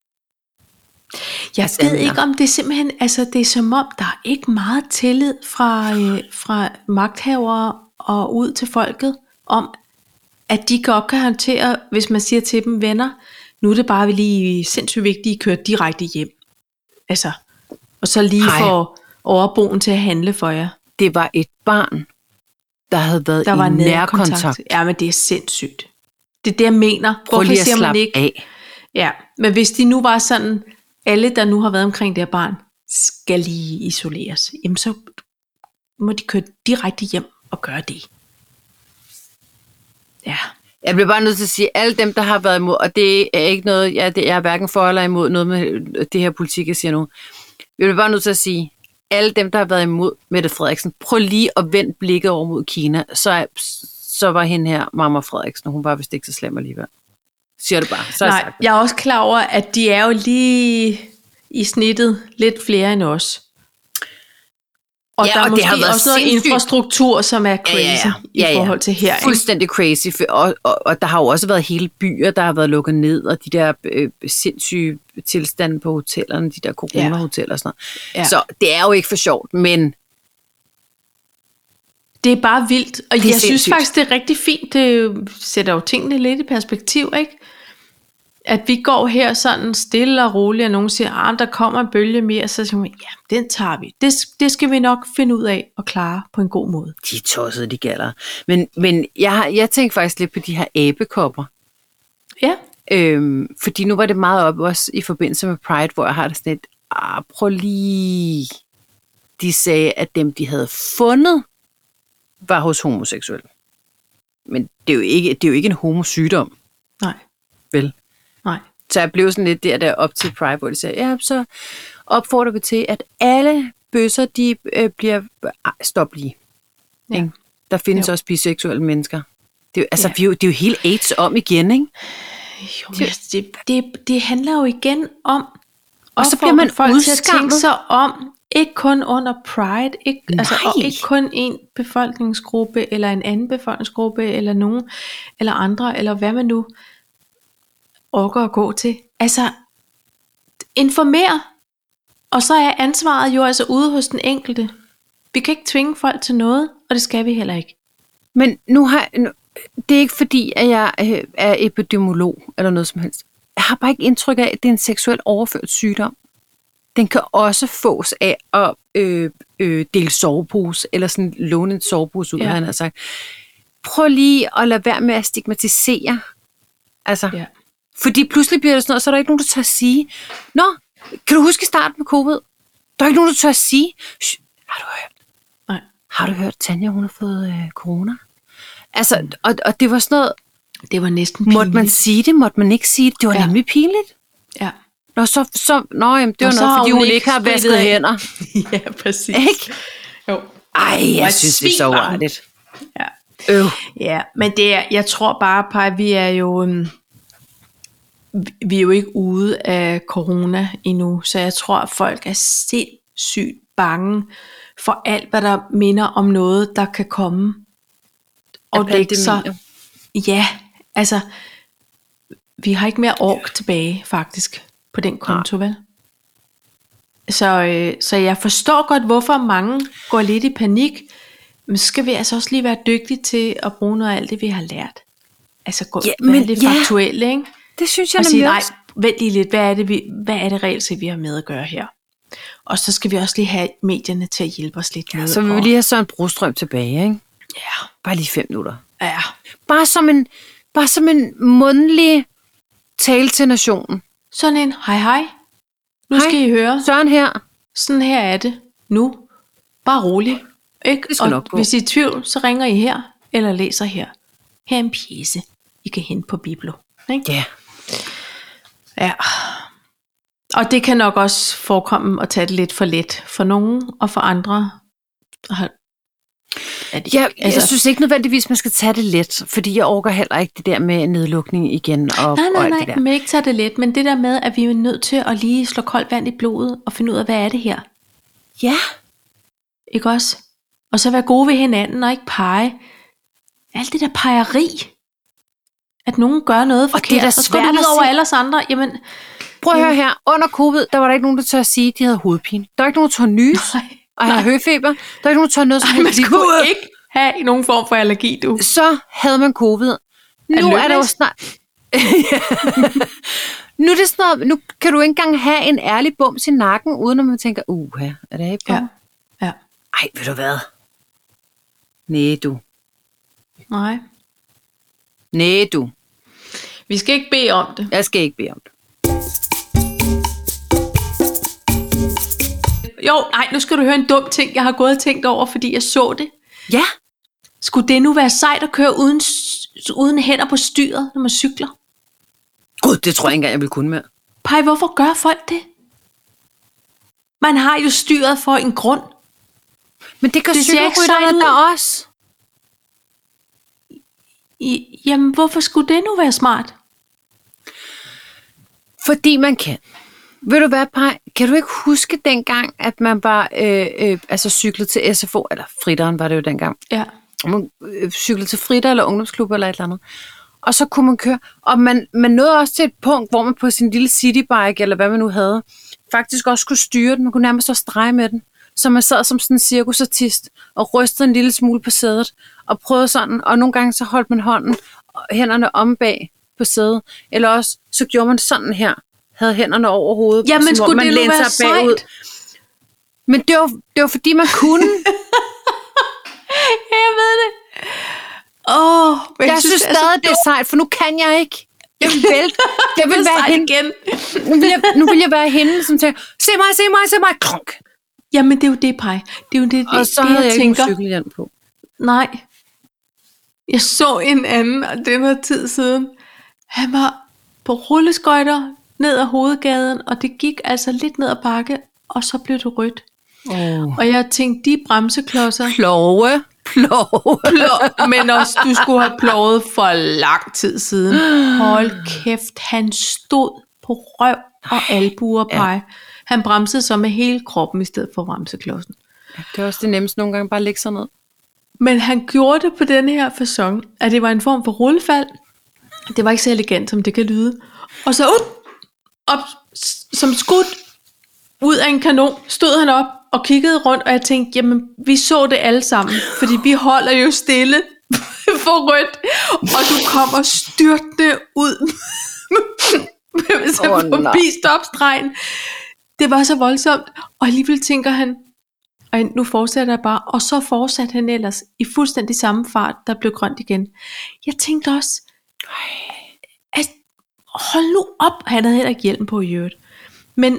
Speaker 2: Jeg ved ikke, om det simpelthen, altså det er som om, der er ikke meget tillid fra magthavere og ud til folket, om at de godt kan håndtere, hvis man siger til dem, venner, nu er det bare lige sindssygt vigtigt, at I kører direkte hjem. Altså, og så lige få overboen til at handle for jer.
Speaker 1: Det var et barn, der havde været i nærkontakt.
Speaker 2: Ja, men det er sindssygt. Det er det, jeg mener.
Speaker 1: Prøv lige at slappe af.
Speaker 2: Ja, men hvis de nu var sådan, alle der nu har været omkring det her barn, skal lige isoleres, jamen så må de køre direkte hjem og gøre det. Ja. Jeg
Speaker 1: bliver bare nødt til at sige, alle dem, der har været imod, og det er ikke noget, jeg er hverken for eller imod noget med det her politik, jeg siger nu. Jeg bliver bare nødt til at sige, alle dem, der har været imod Mette Frederiksen, prøv lige at vende blikket over mod Kina, så var hende her, Mamma Frederiksen, og hun var vist ikke så slem alligevel. Siger det bare. Så
Speaker 2: nej, jeg er også klar over, at de er jo lige i snittet lidt flere end os. Og der er måske også noget infrastruktur, som er crazy i forhold til her.
Speaker 1: Fuldstændig crazy. Og der har jo også været hele byer, der har været lukket ned, og de der sindssyge tilstande på hotellerne, de der coronahoteller og sådan noget. Ja. Så det er jo ikke for sjovt, men...
Speaker 2: Det er bare vildt, og jeg synes faktisk, det er rigtig fint. Det sætter jo tingene lidt i perspektiv, ikke? at vi går her sådan stille og roligt, og nogen siger, der kommer en bølge mere, så siger man, ja, den tager vi. Det skal vi nok finde ud af at klare på en god måde.
Speaker 1: De tossede, de gælder. Men jeg tænker faktisk lidt på de her abekopper.
Speaker 2: Ja.
Speaker 1: Fordi nu var det meget op også i forbindelse med Pride, hvor jeg har det sådan et, prøv lige. De sagde, at dem, de havde fundet, var hos homoseksuelle. Men det er jo ikke en homosygdom.
Speaker 2: Nej.
Speaker 1: Vel?
Speaker 2: Nej.
Speaker 1: Så jeg blev sådan lidt der op til Pride, hvor de sagde, ja, så opfordrer vi til, at alle bøsser, de bliver... Stop lige. Ja. Der findes også biseksuelle mennesker. Det er jo hele AIDS om igen, ikke?
Speaker 2: Jo, det handler jo igen om...
Speaker 1: Og så bliver man
Speaker 2: folk til at tænke sig om, ikke kun under Pride, og ikke kun en befolkningsgruppe, eller en anden befolkningsgruppe, eller nogen, eller andre, eller hvad man nu orker at gå til. Altså, informer, og så er ansvaret jo altså ude hos den enkelte. Vi kan ikke tvinge folk til noget, og det skal vi heller ikke.
Speaker 1: Men det er ikke fordi, at jeg er epidemiolog, eller noget som helst. Jeg har bare ikke indtryk af, at det er en seksuelt overført sygdom. Den kan også fås af at dele sovepose, eller sådan låne en sovepose ud, han har sagt. Prøv lige at lade være med at stigmatisere. Altså, fordi pludselig bliver det sådan noget, så er der ikke nogen, der tør at sige, nå, kan du huske starten med covid? Der er ikke nogen, der tør at sige, har du hørt?
Speaker 2: Nej.
Speaker 1: Har du hørt, Tanja, hun har fået corona? Altså, og det var sådan noget,
Speaker 2: det var næsten pinligt.
Speaker 1: Måtte man sige det? Måtte man ikke sige det? Det var nemlig pinligt.
Speaker 2: Ja.
Speaker 1: Jamen, det var noget, fordi hun ikke har vasket hænder.
Speaker 2: Ja, præcis.
Speaker 1: Ikke?
Speaker 2: Jo.
Speaker 1: Ej, jeg synes, det er så uartigt.
Speaker 2: Ja. Ja, men jeg tror bare på, at vi er jo ikke ude af corona endnu, så jeg tror, at folk er sindssygt bange for alt, hvad der minder om noget, der kan komme. Og lægge sig. Ja, altså, vi har ikke mere ork tilbage, faktisk, på den konto, vel? Så jeg forstår godt, hvorfor mange går lidt i panik, men så skal vi altså også lige være dygtige til at bruge noget af alt det, vi har lært. Altså, være lidt faktuelle, ikke?
Speaker 1: Det synes jeg
Speaker 2: og sige,
Speaker 1: nej,
Speaker 2: vent lige lidt, hvad er det reelt set, vi har med at gøre her? Og så skal vi også lige have medierne til at hjælpe os lidt med.
Speaker 1: Så vil vi lige have Søren Brostrøm tilbage, ikke?
Speaker 2: Ja.
Speaker 1: Bare lige 5 minutter.
Speaker 2: Ja.
Speaker 1: Bare som en mundtlig tale til nationen.
Speaker 2: Sådan en, hej. Nu skal I høre.
Speaker 1: Søren her.
Speaker 2: Sådan her er det nu. Bare rolig. Ikke?
Speaker 1: Det skal nok gå.
Speaker 2: Hvis I er i tvivl, så ringer I her, eller læser her. Her er en pjece, I kan hente på Biblo. Ikke?
Speaker 1: Ja.
Speaker 2: Ja. Og det kan nok også forekomme at tage det lidt for let for nogen, og for andre.
Speaker 1: Jeg synes ikke nødvendigvis, man skal tage det let, fordi jeg orker heller ikke det der med nedlukning igen. Og
Speaker 2: nej,
Speaker 1: det der.
Speaker 2: Men ikke tage det let, men det der med, at vi er nødt til at lige slå koldt vand i blodet, og finde ud af, hvad er det her?
Speaker 1: Ja.
Speaker 2: Ikke også? Og så være gode ved hinanden, og ikke pege. Alt det der pegeri, at nogen gør noget forkert, og så går det ud over alle os andre, jamen...
Speaker 1: Prøv at høre her, under covid, der var der ikke nogen, der tør at sige, at de havde hovedpine. Der var ikke nogen, der tør nys, og have høfeber. Der var ikke nogen, der tør noget som helst.
Speaker 2: Man skulle ikke have nogen form for allergi, du.
Speaker 1: Så havde man covid. Nu er det jo snart... Nu er det sådan noget, nu kan du ikke engang have en ærlig bums i nakken, uden at man tænker, er det på?
Speaker 2: Ja.
Speaker 1: Ej, ved du hvad? Næh, du. Nej, du.
Speaker 2: Vi skal ikke bede om det.
Speaker 1: Jeg skal ikke bede om det.
Speaker 2: Nu skal du høre en dum ting, jeg har gået og tænkt over, fordi jeg så det.
Speaker 1: Ja.
Speaker 2: Skulle det nu være sejt at køre uden hænder på styret, når man cykler?
Speaker 1: Gud, det tror jeg ikke engang, jeg vil kunne med.
Speaker 2: Pej, hvorfor gør folk det? Man har jo styret for en grund.
Speaker 1: Men det gør cykelrytterne der også.
Speaker 2: Jamen, hvorfor skulle det nu være smart?
Speaker 1: Fordi man kan. Ved du hvad, Paj? Kan du ikke huske dengang, at man var cyklet til SFO, eller fritteren var det jo dengang.
Speaker 2: Ja.
Speaker 1: Man cyklede til fritter eller ungdomsklub eller et eller andet. Og så kunne man køre. Og man nåede også til et punkt, hvor man på sin lille citybike, eller hvad man nu havde, faktisk også skulle styre den. Man kunne nærmest også strege med den. Så man sad som sådan en cirkusartist og rystede en lille smule på sædet og prøvede sådan. Og nogle gange så holdt man hænderne om bag på sædet, eller også så gjorde man sådan her, havde hænderne over hovedet,
Speaker 2: men skulle man det nu være sejt?
Speaker 1: Men det var fordi man kunne.
Speaker 2: Jeg ved det.
Speaker 1: Jeg synes stadig, det er sejt, for nu kan jeg ikke. Jeg vil vælte. Jeg vil være hende igen. Nu vil jeg være hende, som siger, se mig, klonk.
Speaker 2: Jamen, det er jo det, Paj. Det er jo det,
Speaker 1: og så
Speaker 2: det,
Speaker 1: havde jeg ikke nogen cykelhjelm på.
Speaker 2: Nej. Jeg så en anden, og det er noget tid siden. Han var på rulleskøjter ned ad hovedgaden, og det gik altså lidt ned ad bakke, og så blev det rødt. Og jeg tænkte, de bremseklodser...
Speaker 1: Plove.
Speaker 2: Men også, du skulle have plovet for lang tid siden. Hold kæft, han stod på røv og albuer, Paj. Ja. Han bremsede så med hele kroppen i stedet for bremseklodsen.
Speaker 1: Ja, det er også det nemmeste nogle gange, bare at lægge sig ned.
Speaker 2: Men han gjorde det på den her facon, at det var en form for rullefald. Det var ikke så elegant, som det kan lyde. Og så op som skudt ud af en kanon, stod han op og kiggede rundt, og jeg tænkte, jamen, vi så det alle sammen, fordi vi holder jo stille for rødt, og du kommer styrtende ud forbi stopstregen. Det var så voldsomt, og alligevel tænker han, og nu fortsætter jeg bare, og så fortsatte han ellers i fuldstændig samme fart, der blev grønt igen. Jeg tænkte også, at hold nu op, han havde heller ikke hjelm på i øvrigt. Men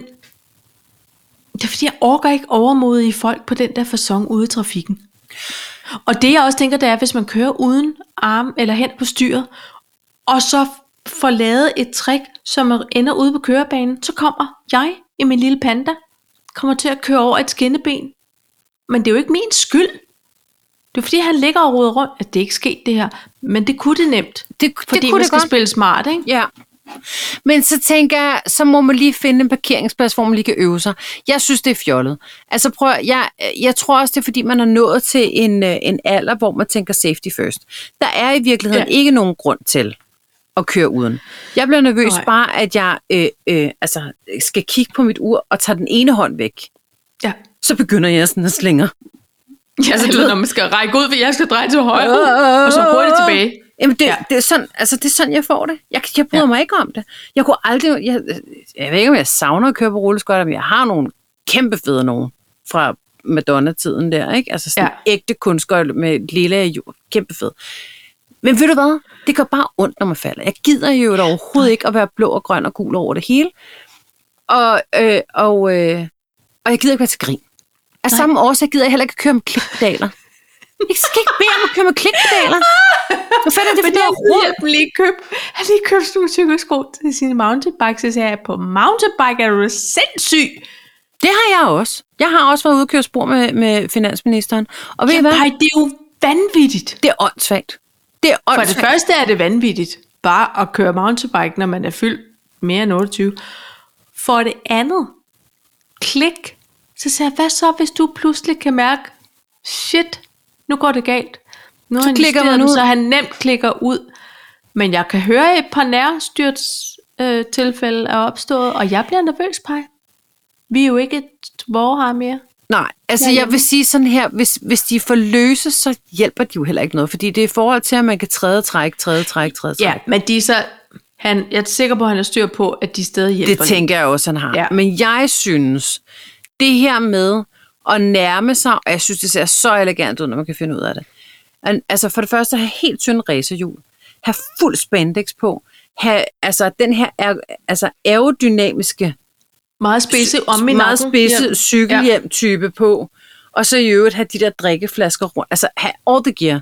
Speaker 2: det er fordi, jeg orker ikke overmodige folk på den der facon ude i trafikken. Og det jeg også tænker, det er, hvis man kører uden arm eller hen på styret, og så får lavet et trick, som ender ude på kørebanen, så kommer jeg i min lille Panda, kommer til at køre over et skinneben. Men det er jo ikke min skyld. Det er fordi, han ligger og roder rundt, at det ikke sket det her. Men det kunne det nemt. Fordi man skal spille smart, ikke?
Speaker 1: Ja. Men så tænker jeg, så må man lige finde en parkeringsplads, hvor man lige kan øve sig. Jeg synes, det er fjollet. Altså prøv, jeg tror også, det er fordi, man er nået til en alder, hvor man tænker safety first. Der er i virkeligheden ikke nogen grund til at køre uden. Jeg bliver nervøs bare, at jeg skal kigge på mit ur og tage den ene hånd væk. Ja. Så begynder jeg sådan at slinger.
Speaker 2: Ja, altså, når man skal række ud, for jeg skal dreje til højre, og så hurtigt tilbage.
Speaker 1: Jamen det er sådan, altså det er sådan, jeg får det. Jeg bryder mig ikke om det. Jeg kunne aldrig, jeg ved ikke, om jeg savner at køre på rulleskøjter, men jeg har nogle kæmpe fede nogen fra Madonna-tiden der, ikke? Altså sådan ægte kunstskøjter med lille jord, kæmpe fed. Men ved du hvad? Det gør bare ondt, når man falder. Jeg gider jo overhovedet ikke at være blå og grøn og gul over det hele. Og jeg gider ikke være til grin. Af samme årsag gider jeg heller ikke at køre med klikpedaler. Jeg skal ikke bede om at køre med klikpedaler. Hvad fanden er det, fordi
Speaker 2: jeg har lige købt sådan nogle cykelsko til sine mountainbikes, så sagde jeg, på mountainbike er du sindssyg.
Speaker 1: Det har jeg også. Jeg har også været ude og køre spor med finansministeren. Og ved I hvad?
Speaker 2: Det er jo vanvittigt.
Speaker 1: Det er åndssvagt.
Speaker 2: For det første er det vanvittigt, bare at køre mountainbike, når man er fyldt mere end 28. For det andet, klik. Så siger jeg, hvad så, hvis du pludselig kan mærke, shit, nu går det galt. Nu så klikker man ud. Så han nemt klikker ud. Men jeg kan høre, at et par nærstyrtstilfælde er opstået, og jeg bliver nervøs, Paj. Vi er jo ikke et vorhar mere.
Speaker 1: Nej, altså jeg vil sige sådan her, hvis de får løse, så hjælper de jo heller ikke noget, fordi det er i forhold til, at man kan træde træk.
Speaker 2: Ja, men de er så... jeg er sikker på, at han har styr på, at de stadig hjælper.
Speaker 1: Det tænker jeg også, han har. Ja. Men jeg synes, det her med at nærme sig, og jeg synes, det ser så elegant ud, når man kan finde ud af det. Altså for det første, have helt tynde racerhjul, have fuld spandex på, have den her aerodynamiske,
Speaker 2: meget spidse
Speaker 1: cykelhjelm-type på, og så i øvrigt have de der drikkeflasker rundt, altså have all the gear.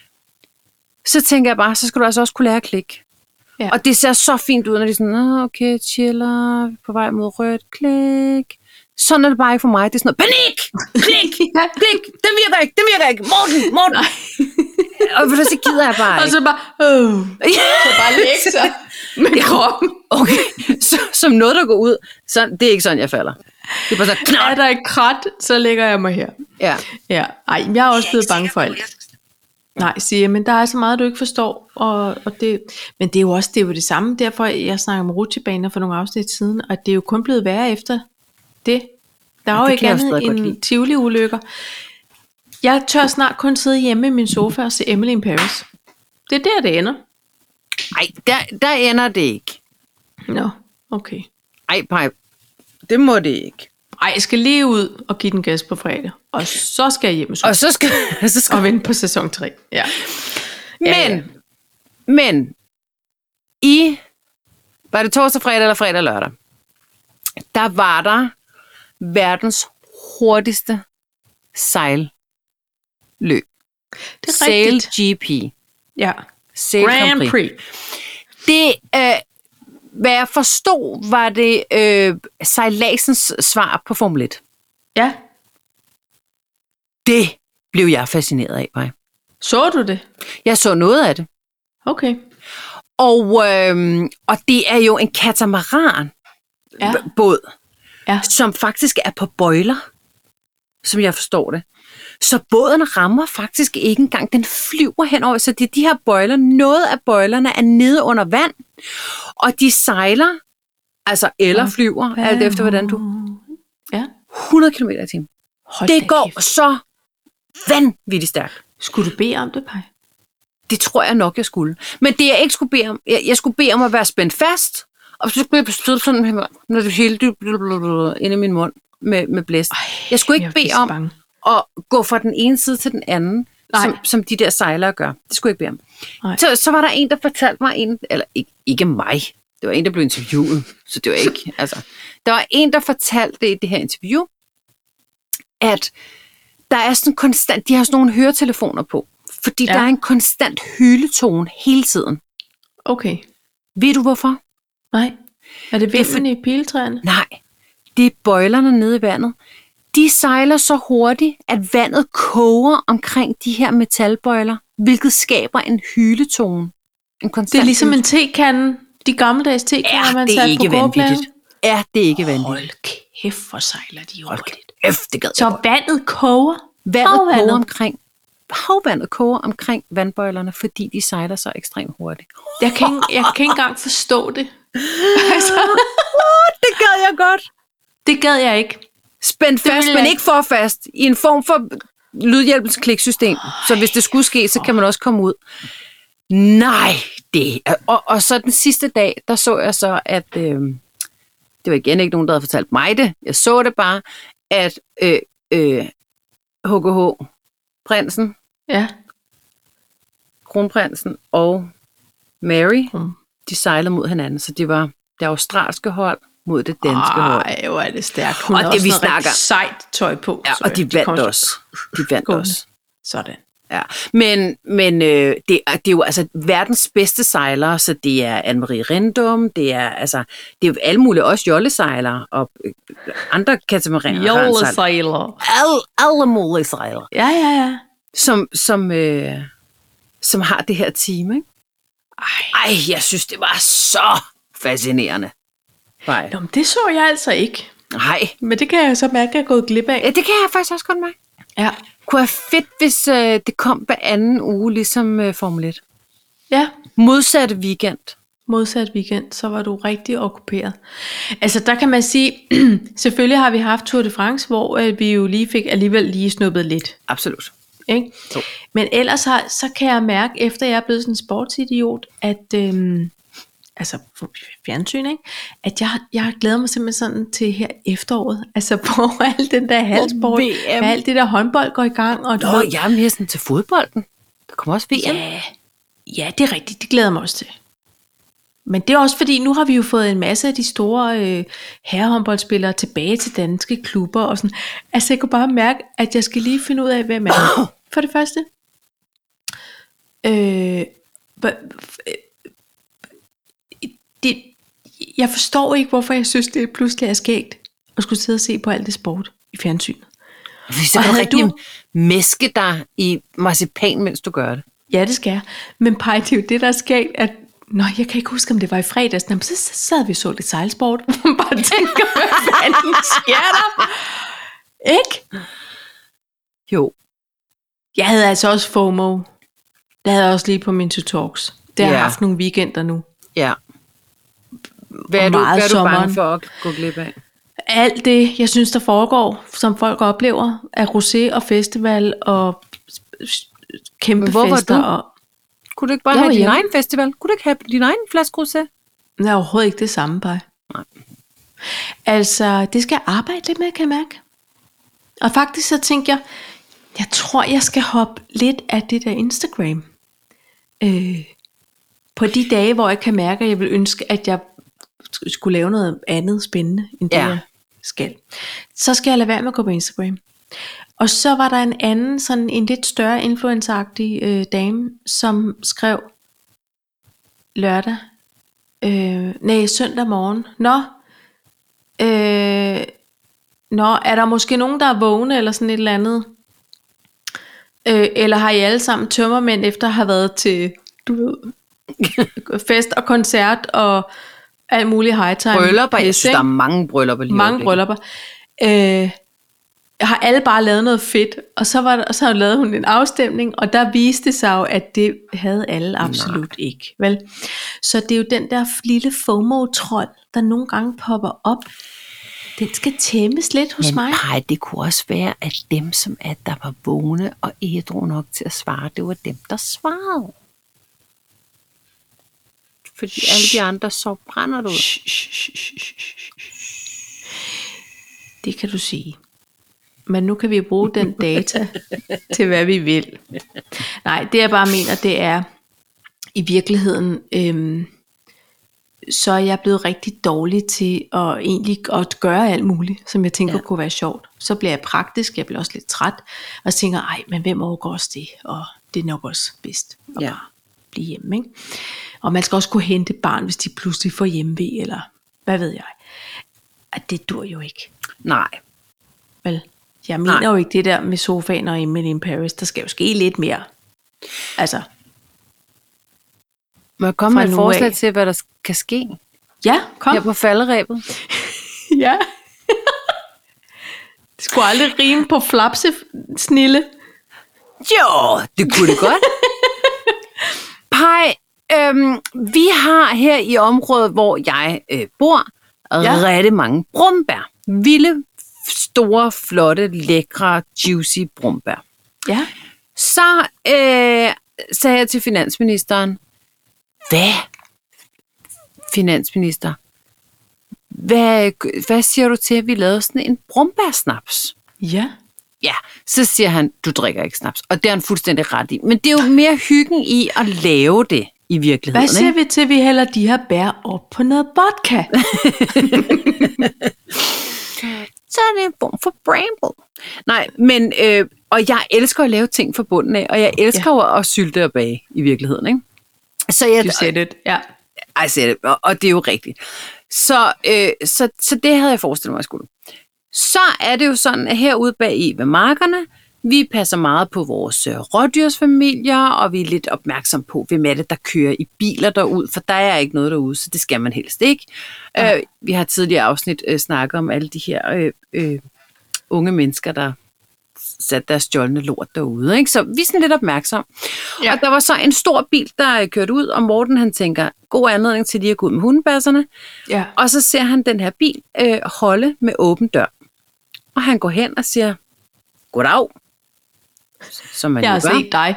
Speaker 1: Så tænker jeg bare, så skal du altså også kunne lære at klikke. Ja. Og det ser så fint ud, når de er sådan, okay, chiller, på vej mod rødt, klik. Sådan er det bare ikke for mig. Det er sådan noget, panik! Klik! Klik! Den virker ikke! Morten! Og så gider jeg bare ikke.
Speaker 2: Og så bare, så bare lægge sig med kroppen.
Speaker 1: Okay, så, som noget, der går ud, så, det er ikke sådan, jeg falder. Det er bare så,
Speaker 2: er der et krat, så lægger jeg mig her. Ja. Ej, jeg er også blevet bange for alt. Nej, siger men der er så meget, du ikke forstår. Og det, men det er jo det samme. Derfor jeg snakker om rutsjebaner for nogle afsnit siden, og det er jo kun blevet værre efter det. Der er jo ikke andet end Tivoli-ulykker. Jeg tør snart kun sidde hjemme i min sofa og se Emily in Paris. Det er der, det ender.
Speaker 1: Nej, der ender det ikke.
Speaker 2: Nå, okay.
Speaker 1: Ej, Paj, det må det ikke.
Speaker 2: Ej, jeg skal lige ud og give den gas på fredag. Og så skal jeg hjem
Speaker 1: og så skal
Speaker 2: og vente på sæson 3. Ja.
Speaker 1: Men var det torsdag, fredag eller fredag lørdag? Der var der verdens hurtigste sejlløb.
Speaker 2: Det er
Speaker 1: Sail
Speaker 2: rigtigt.
Speaker 1: GP.
Speaker 2: Ja.
Speaker 1: Sail
Speaker 2: Grand Prix.
Speaker 1: Det, hvad jeg forstod, var det sejladsens svar på Formel 1.
Speaker 2: Ja.
Speaker 1: Det blev jeg fascineret af, Paj.
Speaker 2: Så du det?
Speaker 1: Jeg så noget af det.
Speaker 2: Okay.
Speaker 1: Og det er jo en katamaran båd, som faktisk er på bøjler, som jeg forstår det. Så båden rammer faktisk ikke engang. Den flyver henover, så det er de her bøjler. Noget af bøjlerne er nede under vand, og de sejler, altså eller flyver, alt efter hvordan du... 100 km i timen. Det går kæft. Så vanvittigt stærkt.
Speaker 2: Skulle du bede om det, Paj?
Speaker 1: Det tror jeg nok, jeg skulle. Men det jeg ikke skulle bede om, jeg skulle bede om at være spændt fast, og så skulle jeg bestå sådan her, når det hele inde i min mund med blæst. Jeg skulle ikke bede om at gå fra den ene side til den anden, som de der sejlere gør. Det skulle jeg ikke bede om. Så var der en, der fortalte mig, eller ikke mig, det var en, der blev interviewet, så det var ikke, altså. Der var en, der fortalte i det her interview, at der er sådan konstant, de har sådan nogle høretelefoner på, fordi der er en konstant hyletone hele tiden.
Speaker 2: Okay.
Speaker 1: Ved du hvorfor?
Speaker 2: Nej. Er det vinden i piletræerne?
Speaker 1: Nej. Det er bøjlerne nede i vandet. De sejler så hurtigt, at vandet koger omkring de her metalbøjler, hvilket skaber en hyletone. En konstant
Speaker 2: det er ligesom en tekande. De gammeldags tekander, man satte på kogepladen.
Speaker 1: Ja, det er ikke vanvittigt.
Speaker 2: Hold kæft, hvor sejler de hurtigt.
Speaker 1: Det gad
Speaker 2: så vandet koger?
Speaker 1: Havvandet koger omkring vandbøjlerne, fordi de sejler så ekstremt hurtigt.
Speaker 2: Jeg kan ikke engang forstå det.
Speaker 1: Det gad jeg godt.
Speaker 2: Det gad jeg ikke.
Speaker 1: Spændt fast, men ikke for fast. I en form for lydhjælpens kliksystem. Så hvis det skulle ske, så kan man også komme ud. Nej, det. Og så den sidste dag, der så jeg så, at det var igen ikke nogen, der havde fortalt mig det. Jeg så det bare, at HKH, prinsen, kronprinsen og Mary, de sejlede mod hinanden. Så det var det australske hold mod det danske hold.
Speaker 2: Ej, hvor er det stærkt. Hun
Speaker 1: og
Speaker 2: har
Speaker 1: det vi
Speaker 2: snakker sejt tøj på.
Speaker 1: Ja, og de vandt også.
Speaker 2: Sådan.
Speaker 1: Ja, men det er jo altså verdens bedste sejlere, så det er Anne-Marie Rindum, det er jo alle mulige, også jollesejlere og andre katamaraner.
Speaker 2: Jollesejlere.
Speaker 1: Alle mulige sejlere.
Speaker 2: Ja.
Speaker 1: Som har det her team, ikke? Ej, jeg synes, det var så fascinerende.
Speaker 2: Nå, men det så jeg altså ikke.
Speaker 1: Nej.
Speaker 2: Men det kan jeg så mærke, at jeg er gået glip af.
Speaker 1: Ja, det kan jeg faktisk også godt mærke.
Speaker 2: Ja.
Speaker 1: Kunne være fedt, hvis det kom hver anden uge, ligesom Formel 1.
Speaker 2: Ja.
Speaker 1: Modsat weekend,
Speaker 2: så var du rigtig okkuperet. Altså, der kan man sige, selvfølgelig har vi haft Tour de France, hvor vi jo alligevel lige snuppet lidt.
Speaker 1: Absolut.
Speaker 2: Ikke? Men ellers så kan jeg mærke, efter jeg er blevet sådan en sportsidiot, at altså fjernsyn, ikke? At jeg glæder mig simpelthen sådan til her efteråret, altså på al den der halssport, alt det der håndbold går i gang. Og
Speaker 1: jeg er mere sådan til fodbolden. Der kommer også VM.
Speaker 2: Ja, det er rigtigt, det glæder mig også til. Men det er også fordi, nu har vi jo fået en masse af de store herrehåndboldspillere tilbage til danske klubber og sådan. Altså jeg kunne bare mærke, at jeg skal lige finde ud af, hvem er for det første. Jeg forstår ikke, hvorfor jeg synes, det pludselig er skægt at skulle sidde og se på alt det sport i fjernsynet.
Speaker 1: Så kan du rigtig mæske dig i marcipan, mens du gør det.
Speaker 2: Ja, det skal jeg. Men Paj, det er jo det, der er skægt, at jeg kan ikke huske, om det var i fredags. Så sad vi og så lidt sejlsport. Man bare tænker, hvad fanden sker der? Ikke?
Speaker 1: Jo.
Speaker 2: Jeg havde altså også FOMO. Det havde jeg også lige på min to talks. Det har jeg haft nogle weekender nu.
Speaker 1: Ja. Hvad er du bange for at gå glip af?
Speaker 2: Alt det, jeg synes, der foregår, som folk oplever, af rosé og festival og kæmpe fester.
Speaker 1: Kunne du ikke bare have din egen festival? Kunne du ikke have din egen flaske rosé?
Speaker 2: Det er overhovedet ikke det samme, Paj.
Speaker 1: Nej.
Speaker 2: Altså, det skal jeg arbejde lidt med, kan jeg mærke. Og faktisk så tænker jeg tror, jeg skal hoppe lidt af det der Instagram. På de dage, hvor jeg kan mærke, at jeg vil ønske, at jeg skulle lave noget andet spændende, end det jeg skal. Så skal jeg lade være med at gå på Instagram. Og så var der en anden, sådan en lidt større influenceragtig dame, som skrev søndag morgen. Er der måske nogen, der er vågne, eller sådan et eller andet? Eller har I alle sammen tømmermænd, efter at have været til, du ved, fest og koncert, og alt muligt high time?
Speaker 1: Bryllupper, jeg synes, der er mange bryllupper lige.
Speaker 2: Mange bryllupper. Har alle bare lavet noget fedt, og så lavede hun en afstemning, og der viste sig jo, at det havde alle absolut ikke. Vel? Så det er jo den der lille FOMO-trold, der nogle gange popper op. Den skal tæmmes lidt hos mig.
Speaker 1: Nej, det kunne også være, at dem, som der var vågne og ædru nok til at svare, det var dem, der svarede. Fordi alle de andre så brænder du ud.
Speaker 2: Det kan du sige. Men nu kan vi bruge den data til, hvad vi vil. Nej, det jeg bare mener, det er, i virkeligheden, så er jeg blevet rigtig dårlig til at gøre alt muligt, som jeg tænker kunne være sjovt. Så bliver jeg praktisk, jeg bliver også lidt træt, og så tænker, men hvem overgår også det? Og det er nok også bedst at bare blive hjemme, ikke? Og man skal også kunne hente barn, hvis de pludselig får hjemmevæg, eller hvad ved jeg. At det dur jo ikke.
Speaker 1: Nej.
Speaker 2: Vel, jeg mener jo ikke det der med sofaen og Emily in Paris. Der skal jo ske lidt mere. Altså.
Speaker 1: Må jeg komme med et forslag til, hvad der kan ske?
Speaker 2: Ja, kom.
Speaker 1: Her på falderæbet.
Speaker 2: Ja. Det skulle aldrig rime på flapsesnille.
Speaker 1: Jo, det kunne det godt. Pej, vi har her i området, hvor jeg bor, rigtig mange brumbær. Vilde, store, flotte, lækre, juicy brumbær.
Speaker 2: Ja.
Speaker 1: Så sagde jeg til finansministeren, finansminister, hvad siger du til, at vi lavede sådan en brumbærsnaps?
Speaker 2: Ja.
Speaker 1: Ja, så siger han, du drikker ikke snaps. Og det er han fuldstændig ret i. Men det er jo mere hyggen i at lave det i virkeligheden.
Speaker 2: Hvad siger vi til, at vi hælder de her bær op på noget vodka?
Speaker 1: Så er det en form for bramble. Nej, men, og jeg elsker at lave ting fra bunden af, og jeg elsker jo at sylte og bage i virkeligheden, ikke? Så
Speaker 2: you said it, ja.
Speaker 1: I said it, og det er jo rigtigt. Så det havde jeg forestillet mig, at skulle. Så er det jo sådan, at herude bag ved markerne, vi passer meget på vores rådyrsfamilier, og vi er lidt opmærksom på, hvem er det, der kører i biler derud, for der er ikke noget derude, så det skal man helst ikke. Ja. Vi har tidligere afsnit snakket om alle de her unge mennesker, der satte deres stjålne lort derude, ikke? Så vi er sådan lidt opmærksom. Ja. Og der var så en stor bil, der kørte ud, og Morten han tænker, god anledning til lige at gå ud med hundebasserne. Ja. Og så ser han den her bil holde med åben dør. Og han går hen og siger, goddag. Som man
Speaker 2: jeg har set dig.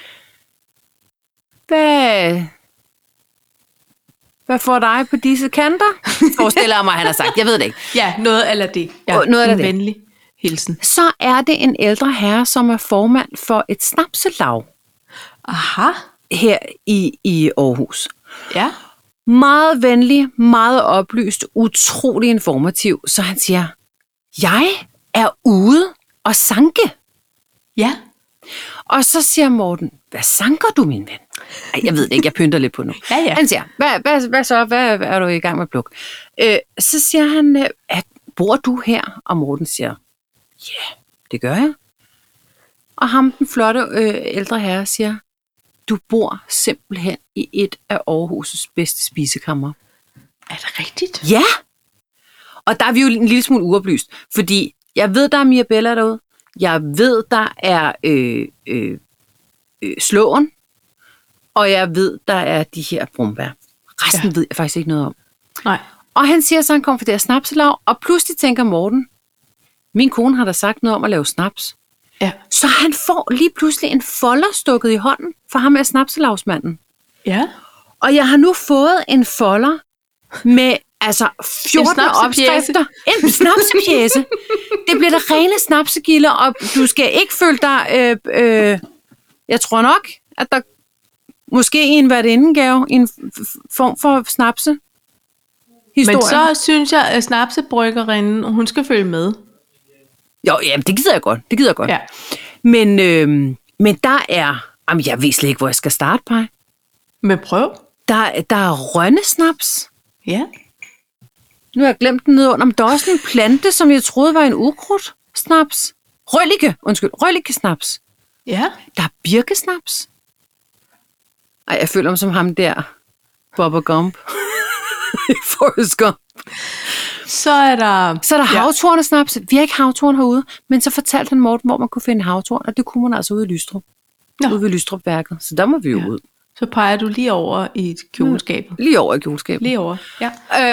Speaker 1: Hvad får dig på disse kanter? Forestiller jeg mig, han har sagt. Jeg ved det ikke.
Speaker 2: Ja, noget eller det. Ja, noget en venlig hilsen.
Speaker 1: Så er det en ældre herre, som er formand for et snapselaug.
Speaker 2: Aha.
Speaker 1: Her i Aarhus.
Speaker 2: Ja.
Speaker 1: Meget venlig, meget oplyst, utrolig informativ. Så han siger, jeg er ude og sanke.
Speaker 2: Ja. Og
Speaker 1: så siger Morten, hvad sanker du, min ven? Ej, jeg ved det ikke, jeg pynter lidt på nu.
Speaker 2: Ja.
Speaker 1: Han siger, hvad så? Hvad er du i gang med at plukke? Så siger han, bor du her? Og Morten siger, ja, det gør jeg. Og ham, den flotte ældre herre, siger, du bor simpelthen i et af Aarhus' bedste spisekammer.
Speaker 2: Er det rigtigt?
Speaker 1: Ja! Og der er vi jo en lille smule uoplyst, fordi jeg ved, der er Mirabella derude. Jeg ved, der er Slåen, og jeg ved, der er de her brumbær. Resten ved jeg faktisk ikke noget om.
Speaker 2: Nej.
Speaker 1: Og han siger så, han kommer fra det her snapselaug, og pludselig tænker Morten, min kone har da sagt noget om at lave snaps.
Speaker 2: Ja.
Speaker 1: Så han får lige pludselig en folder stukket i hånden, for ham er snapselavsmanden.
Speaker 2: Ja.
Speaker 1: Og jeg har nu fået en folder med 14 opskrifter. En snapsepjæse. Det bliver der rene snapsegilder, og du skal ikke føle dig... jeg tror nok, at der måske en værtindegave, en form for snapse.
Speaker 2: Men så synes jeg, at snapsebryggerinde, hun skal følge med.
Speaker 1: Jo, jamen, det gider jeg godt.
Speaker 2: Ja.
Speaker 1: Men der er... Jamen, jeg ved slet ikke, hvor jeg skal starte, Paj.
Speaker 2: Men prøv.
Speaker 1: Der er rønnesnaps.
Speaker 2: Ja.
Speaker 1: Nu har jeg glemt den nede under. Der er også en plante, som jeg troede var en ukrudtsnaps. Røllike-snaps.
Speaker 2: Ja.
Speaker 1: Der er birkesnaps. Ej, jeg føler mig som ham der. Bubba Gump. Forrest Gump.
Speaker 2: Så er der
Speaker 1: havtornesnaps. Vi har ikke havtorn herude, men så fortalte han Morten, hvor man kunne finde havtorn, og det kunne man altså ude i Lystrup. Ude ved Lystrup-værket. Så der må vi jo ud. Så
Speaker 2: peger du lige over i kjoleskabet.
Speaker 1: Lige over i kjoleskabet.
Speaker 2: Lige over, ja.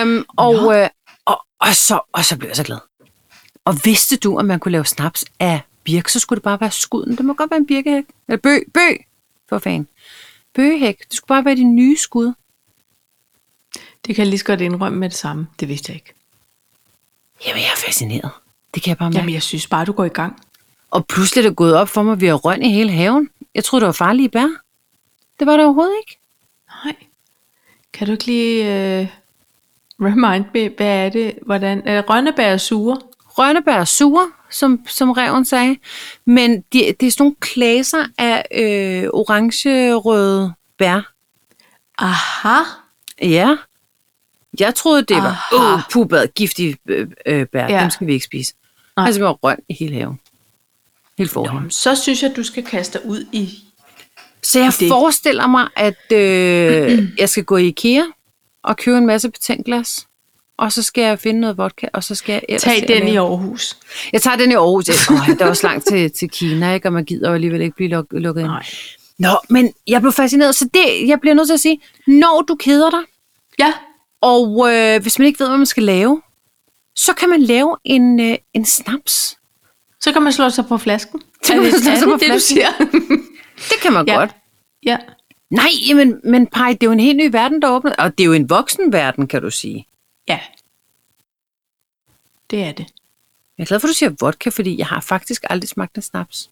Speaker 1: Og så blev jeg så glad. Og vidste du, at man kunne lave snaps af birk, så skulle det bare være skuden. Det må godt være en birkehæk. Eller bøg, for fanden. Bøgehæk. Det skulle bare være de nye skud.
Speaker 2: Det kan jeg lige så godt indrømme med det samme. Det vidste jeg ikke.
Speaker 1: Jamen, jeg er fascineret. Det kan jeg bare mærke.
Speaker 2: Jamen, jeg synes bare, du går i gang.
Speaker 1: Og pludselig er det gået op for mig, at vi har røn i hele haven. Jeg troede, det var farlige bær. Det var det overhovedet ikke.
Speaker 2: Nej. Kan du ikke lige remind me, hvad er det? Hvordan? Rønnebær er sure?
Speaker 1: Rønnebær er sure, som ræven sagde. Men det er sådan nogle klaser af orange-røde bær.
Speaker 2: Aha.
Speaker 1: Ja. Jeg troede, det var pubad, giftige bær. Ja. Dem skal vi ikke spise. Nej. Altså, vi har røn i hele haven. Helt forhånd.
Speaker 2: Så synes jeg, du skal kaste dig ud i...
Speaker 1: Så jeg forestiller mig, at jeg skal gå i IKEA og købe en masse betænkglas. Og så skal jeg finde noget vodka, og så skal jeg...
Speaker 2: Tag den i Aarhus.
Speaker 1: Jeg tager den i Aarhus. Der er også langt til Kina, ikke? Og man gider jo alligevel ikke blive lukket ind.
Speaker 2: Nej.
Speaker 1: Nå, men jeg blev fascineret. Så det, jeg bliver nødt til at sige, når du keder dig,
Speaker 2: ja,
Speaker 1: og hvis man ikke ved, hvad man skal lave, så kan man lave en snaps.
Speaker 2: Så kan man slå sig på flasken.
Speaker 1: Så kan man slå sig på flasken.
Speaker 2: Du siger?
Speaker 1: Det kan man godt.
Speaker 2: Ja.
Speaker 1: Nej, men Paj, det er jo en helt ny verden, der åbner. Og det er jo en voksen verden, kan du sige.
Speaker 2: Ja. Det er det.
Speaker 1: Jeg er glad for, at du siger vodka, fordi jeg har faktisk aldrig smagt en snaps.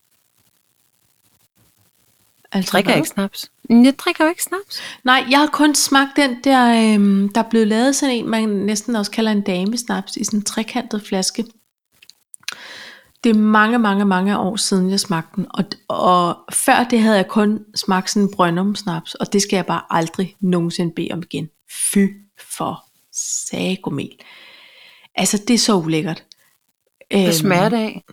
Speaker 2: Altså,
Speaker 1: drikker ikke snaps. Jeg drikker jo ikke snaps.
Speaker 2: Nej, jeg har kun smagt den der, der er blevet lavet sådan en, man næsten også kalder en damesnaps, i sådan en trekantet flaske. Det er mange, mange, mange år siden, jeg smagte den. Og før det havde jeg kun smagt sådan en Brøndum-snaps, og det skal jeg bare aldrig nogensinde bede om igen. Fy for sagomel. Altså, det er så ulækkert.
Speaker 1: Hvad smager det af?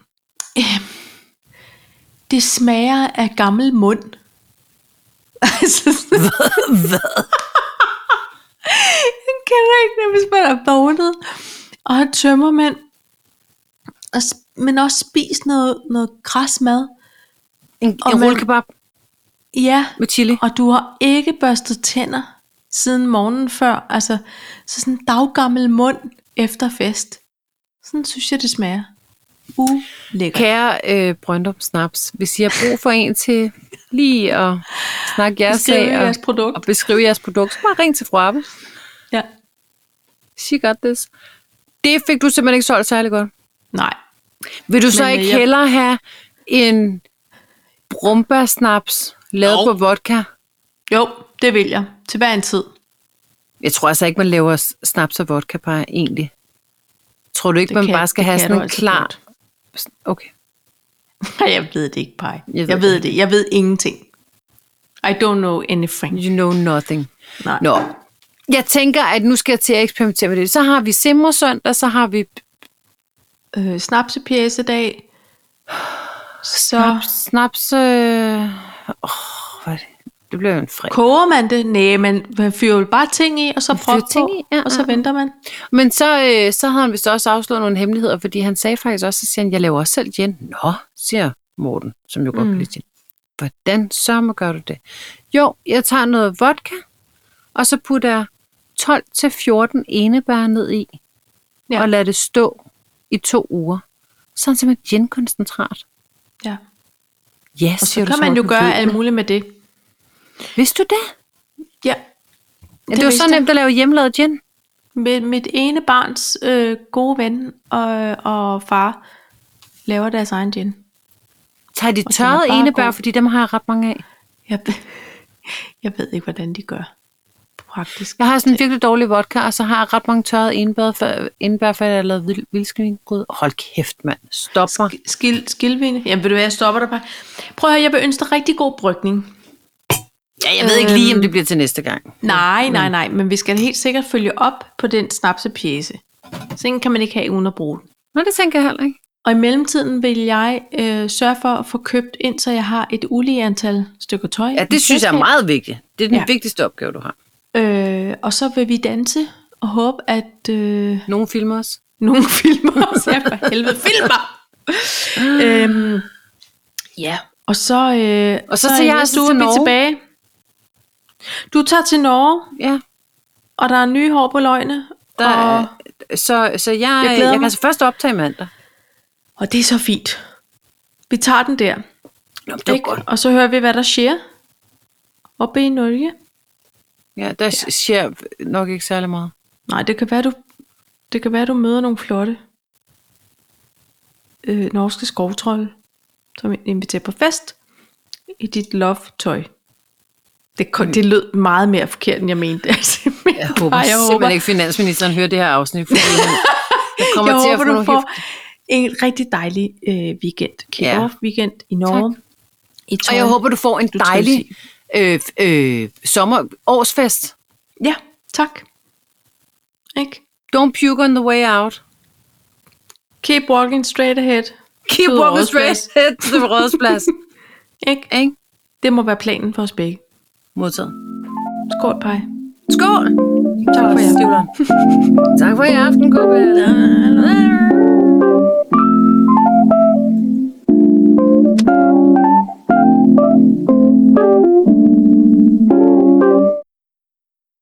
Speaker 2: Det smager af gammel mund. Altså,
Speaker 1: Hvad?
Speaker 2: Jeg kender ikke det, hvis man er vågnet og har tømmermænd, men også spist noget kras mad.
Speaker 1: En rullekebab?
Speaker 2: Ja,
Speaker 1: med chili.
Speaker 2: Og du har ikke børstet tænder siden morgenen før. Altså, så sådan en daggammel mund efter fest. Sådan synes jeg, det smager. Ulækkert.
Speaker 1: Kære Brøndum Snaps, hvis I har brug for en til lige at snakke jeres sag og beskrive jeres produkt, så bare ring til fru Abbe.
Speaker 2: Ja.
Speaker 1: She got this. Det fik du simpelthen ikke solgt særlig godt.
Speaker 2: Nej.
Speaker 1: Vil du så ikke hellere have en brumbærsnaps lavet på vodka?
Speaker 2: Jo, det vil jeg. Til hver en tid.
Speaker 1: Jeg tror altså ikke, man laver snaps og vodka på egentlig. Tror du ikke, man bare skal have sådan en klar... Okay.
Speaker 2: Jeg ved det ikke, Paj. Jeg ved det. Jeg ved ingenting. I don't know anything.
Speaker 1: You know nothing.
Speaker 2: Nej.
Speaker 1: Nå. Jeg tænker, at nu skal jeg til at eksperimentere med det. Så har vi simmersøndag, så har vi...
Speaker 2: snapsepjæsedag.
Speaker 1: Snaps... hvad er det? Det bliver jo en fredag.
Speaker 2: Koger man det? Nej, man fyrer jo bare ting i, og så prøver på, og så venter man.
Speaker 1: Men så havde han vist også afslået nogle hemmeligheder, fordi han sagde faktisk også, at jeg laver også selv gin. Nå, siger Morten, som jo godt kan lide gin. Hvordan så gør du det? Jo, jeg tager noget vodka, og så putter jeg 12-14 enebær ned i, og lader det stå i 2 uger. Så er det simpelthen gin-koncentrat.
Speaker 2: Ja.
Speaker 1: Yes,
Speaker 2: og så kan man jo gøre alt muligt med det.
Speaker 1: Vidste du det?
Speaker 2: Ja.
Speaker 1: Det var så nemt at lave hjemmelavet gin.
Speaker 2: Med mit ene barns gode ven og far laver deres egen gin.
Speaker 1: Tager de tørrede enebær, fordi dem har jeg ret mange af?
Speaker 2: Jeg ved ikke, hvordan de gør. Praktisk.
Speaker 1: Jeg har sådan en virkelig dårlig vodka, og så har jeg ret mange tørrede enebær, for jeg har lavet vildsvinegryde. Hold kæft, mand. Stop mig.
Speaker 2: Skildvine. Jamen, vil du være, jeg stopper dig bare. Prøv at høre, jeg vil ønske dig rigtig god brygning.
Speaker 1: Ja, jeg ved ikke lige, om det bliver til næste gang.
Speaker 2: Nej, men vi skal helt sikkert følge op på den snapsepjæse. Sådan kan man ikke have uden at bruge den.
Speaker 1: Nå, det tænker jeg heller ikke.
Speaker 2: Og i mellemtiden vil jeg sørge for at få købt ind, så jeg har et ulige antal stykker tøj.
Speaker 1: Ja, det synes jeg er meget vigtigt. Det er den vigtigste opgave, du har.
Speaker 2: Og så vil vi danse og håbe, at...
Speaker 1: Nogle filmer os.
Speaker 2: Nogle filmer os, ja, for helvede. Filmer! Ja, og så
Speaker 1: tager jeg altså til Norge.
Speaker 2: Tilbage. Du tager til Norge,
Speaker 1: ja.
Speaker 2: Og der er nye hår på løgne.
Speaker 1: Så jeg kan altså først optage mandag.
Speaker 2: Og det er så fint. Vi tager den der.
Speaker 1: Nå, det er godt.
Speaker 2: Og så hører vi, hvad der sker oppe i Norge.
Speaker 1: Ja, der sker nok ikke særlig meget.
Speaker 2: Nej, det kan være, du møder nogle flotte norske skovtrolde, som inviterer på fest i dit love-tøj. Det lød meget mere forkert, end jeg mente.
Speaker 1: Jeg håber simpelthen ikke, finansministeren hører det her afsnit.
Speaker 2: Jeg håber, du får en rigtig dejlig weekend. Kick-off weekend i Norge.
Speaker 1: Og jeg håber, du får en dejlig årsfest.
Speaker 2: Ja, tak. Ikke?
Speaker 1: Don't puke on the way out.
Speaker 2: Keep walking straight ahead.
Speaker 1: Keep walking straight ahead to the Rådhusplads.
Speaker 2: Ikke? Det må være planen for os begge.
Speaker 1: Modtaget.
Speaker 2: Skål, Paj.
Speaker 1: Skål!
Speaker 2: Tak for i aften.
Speaker 1: Tak for i aften, Kåbe.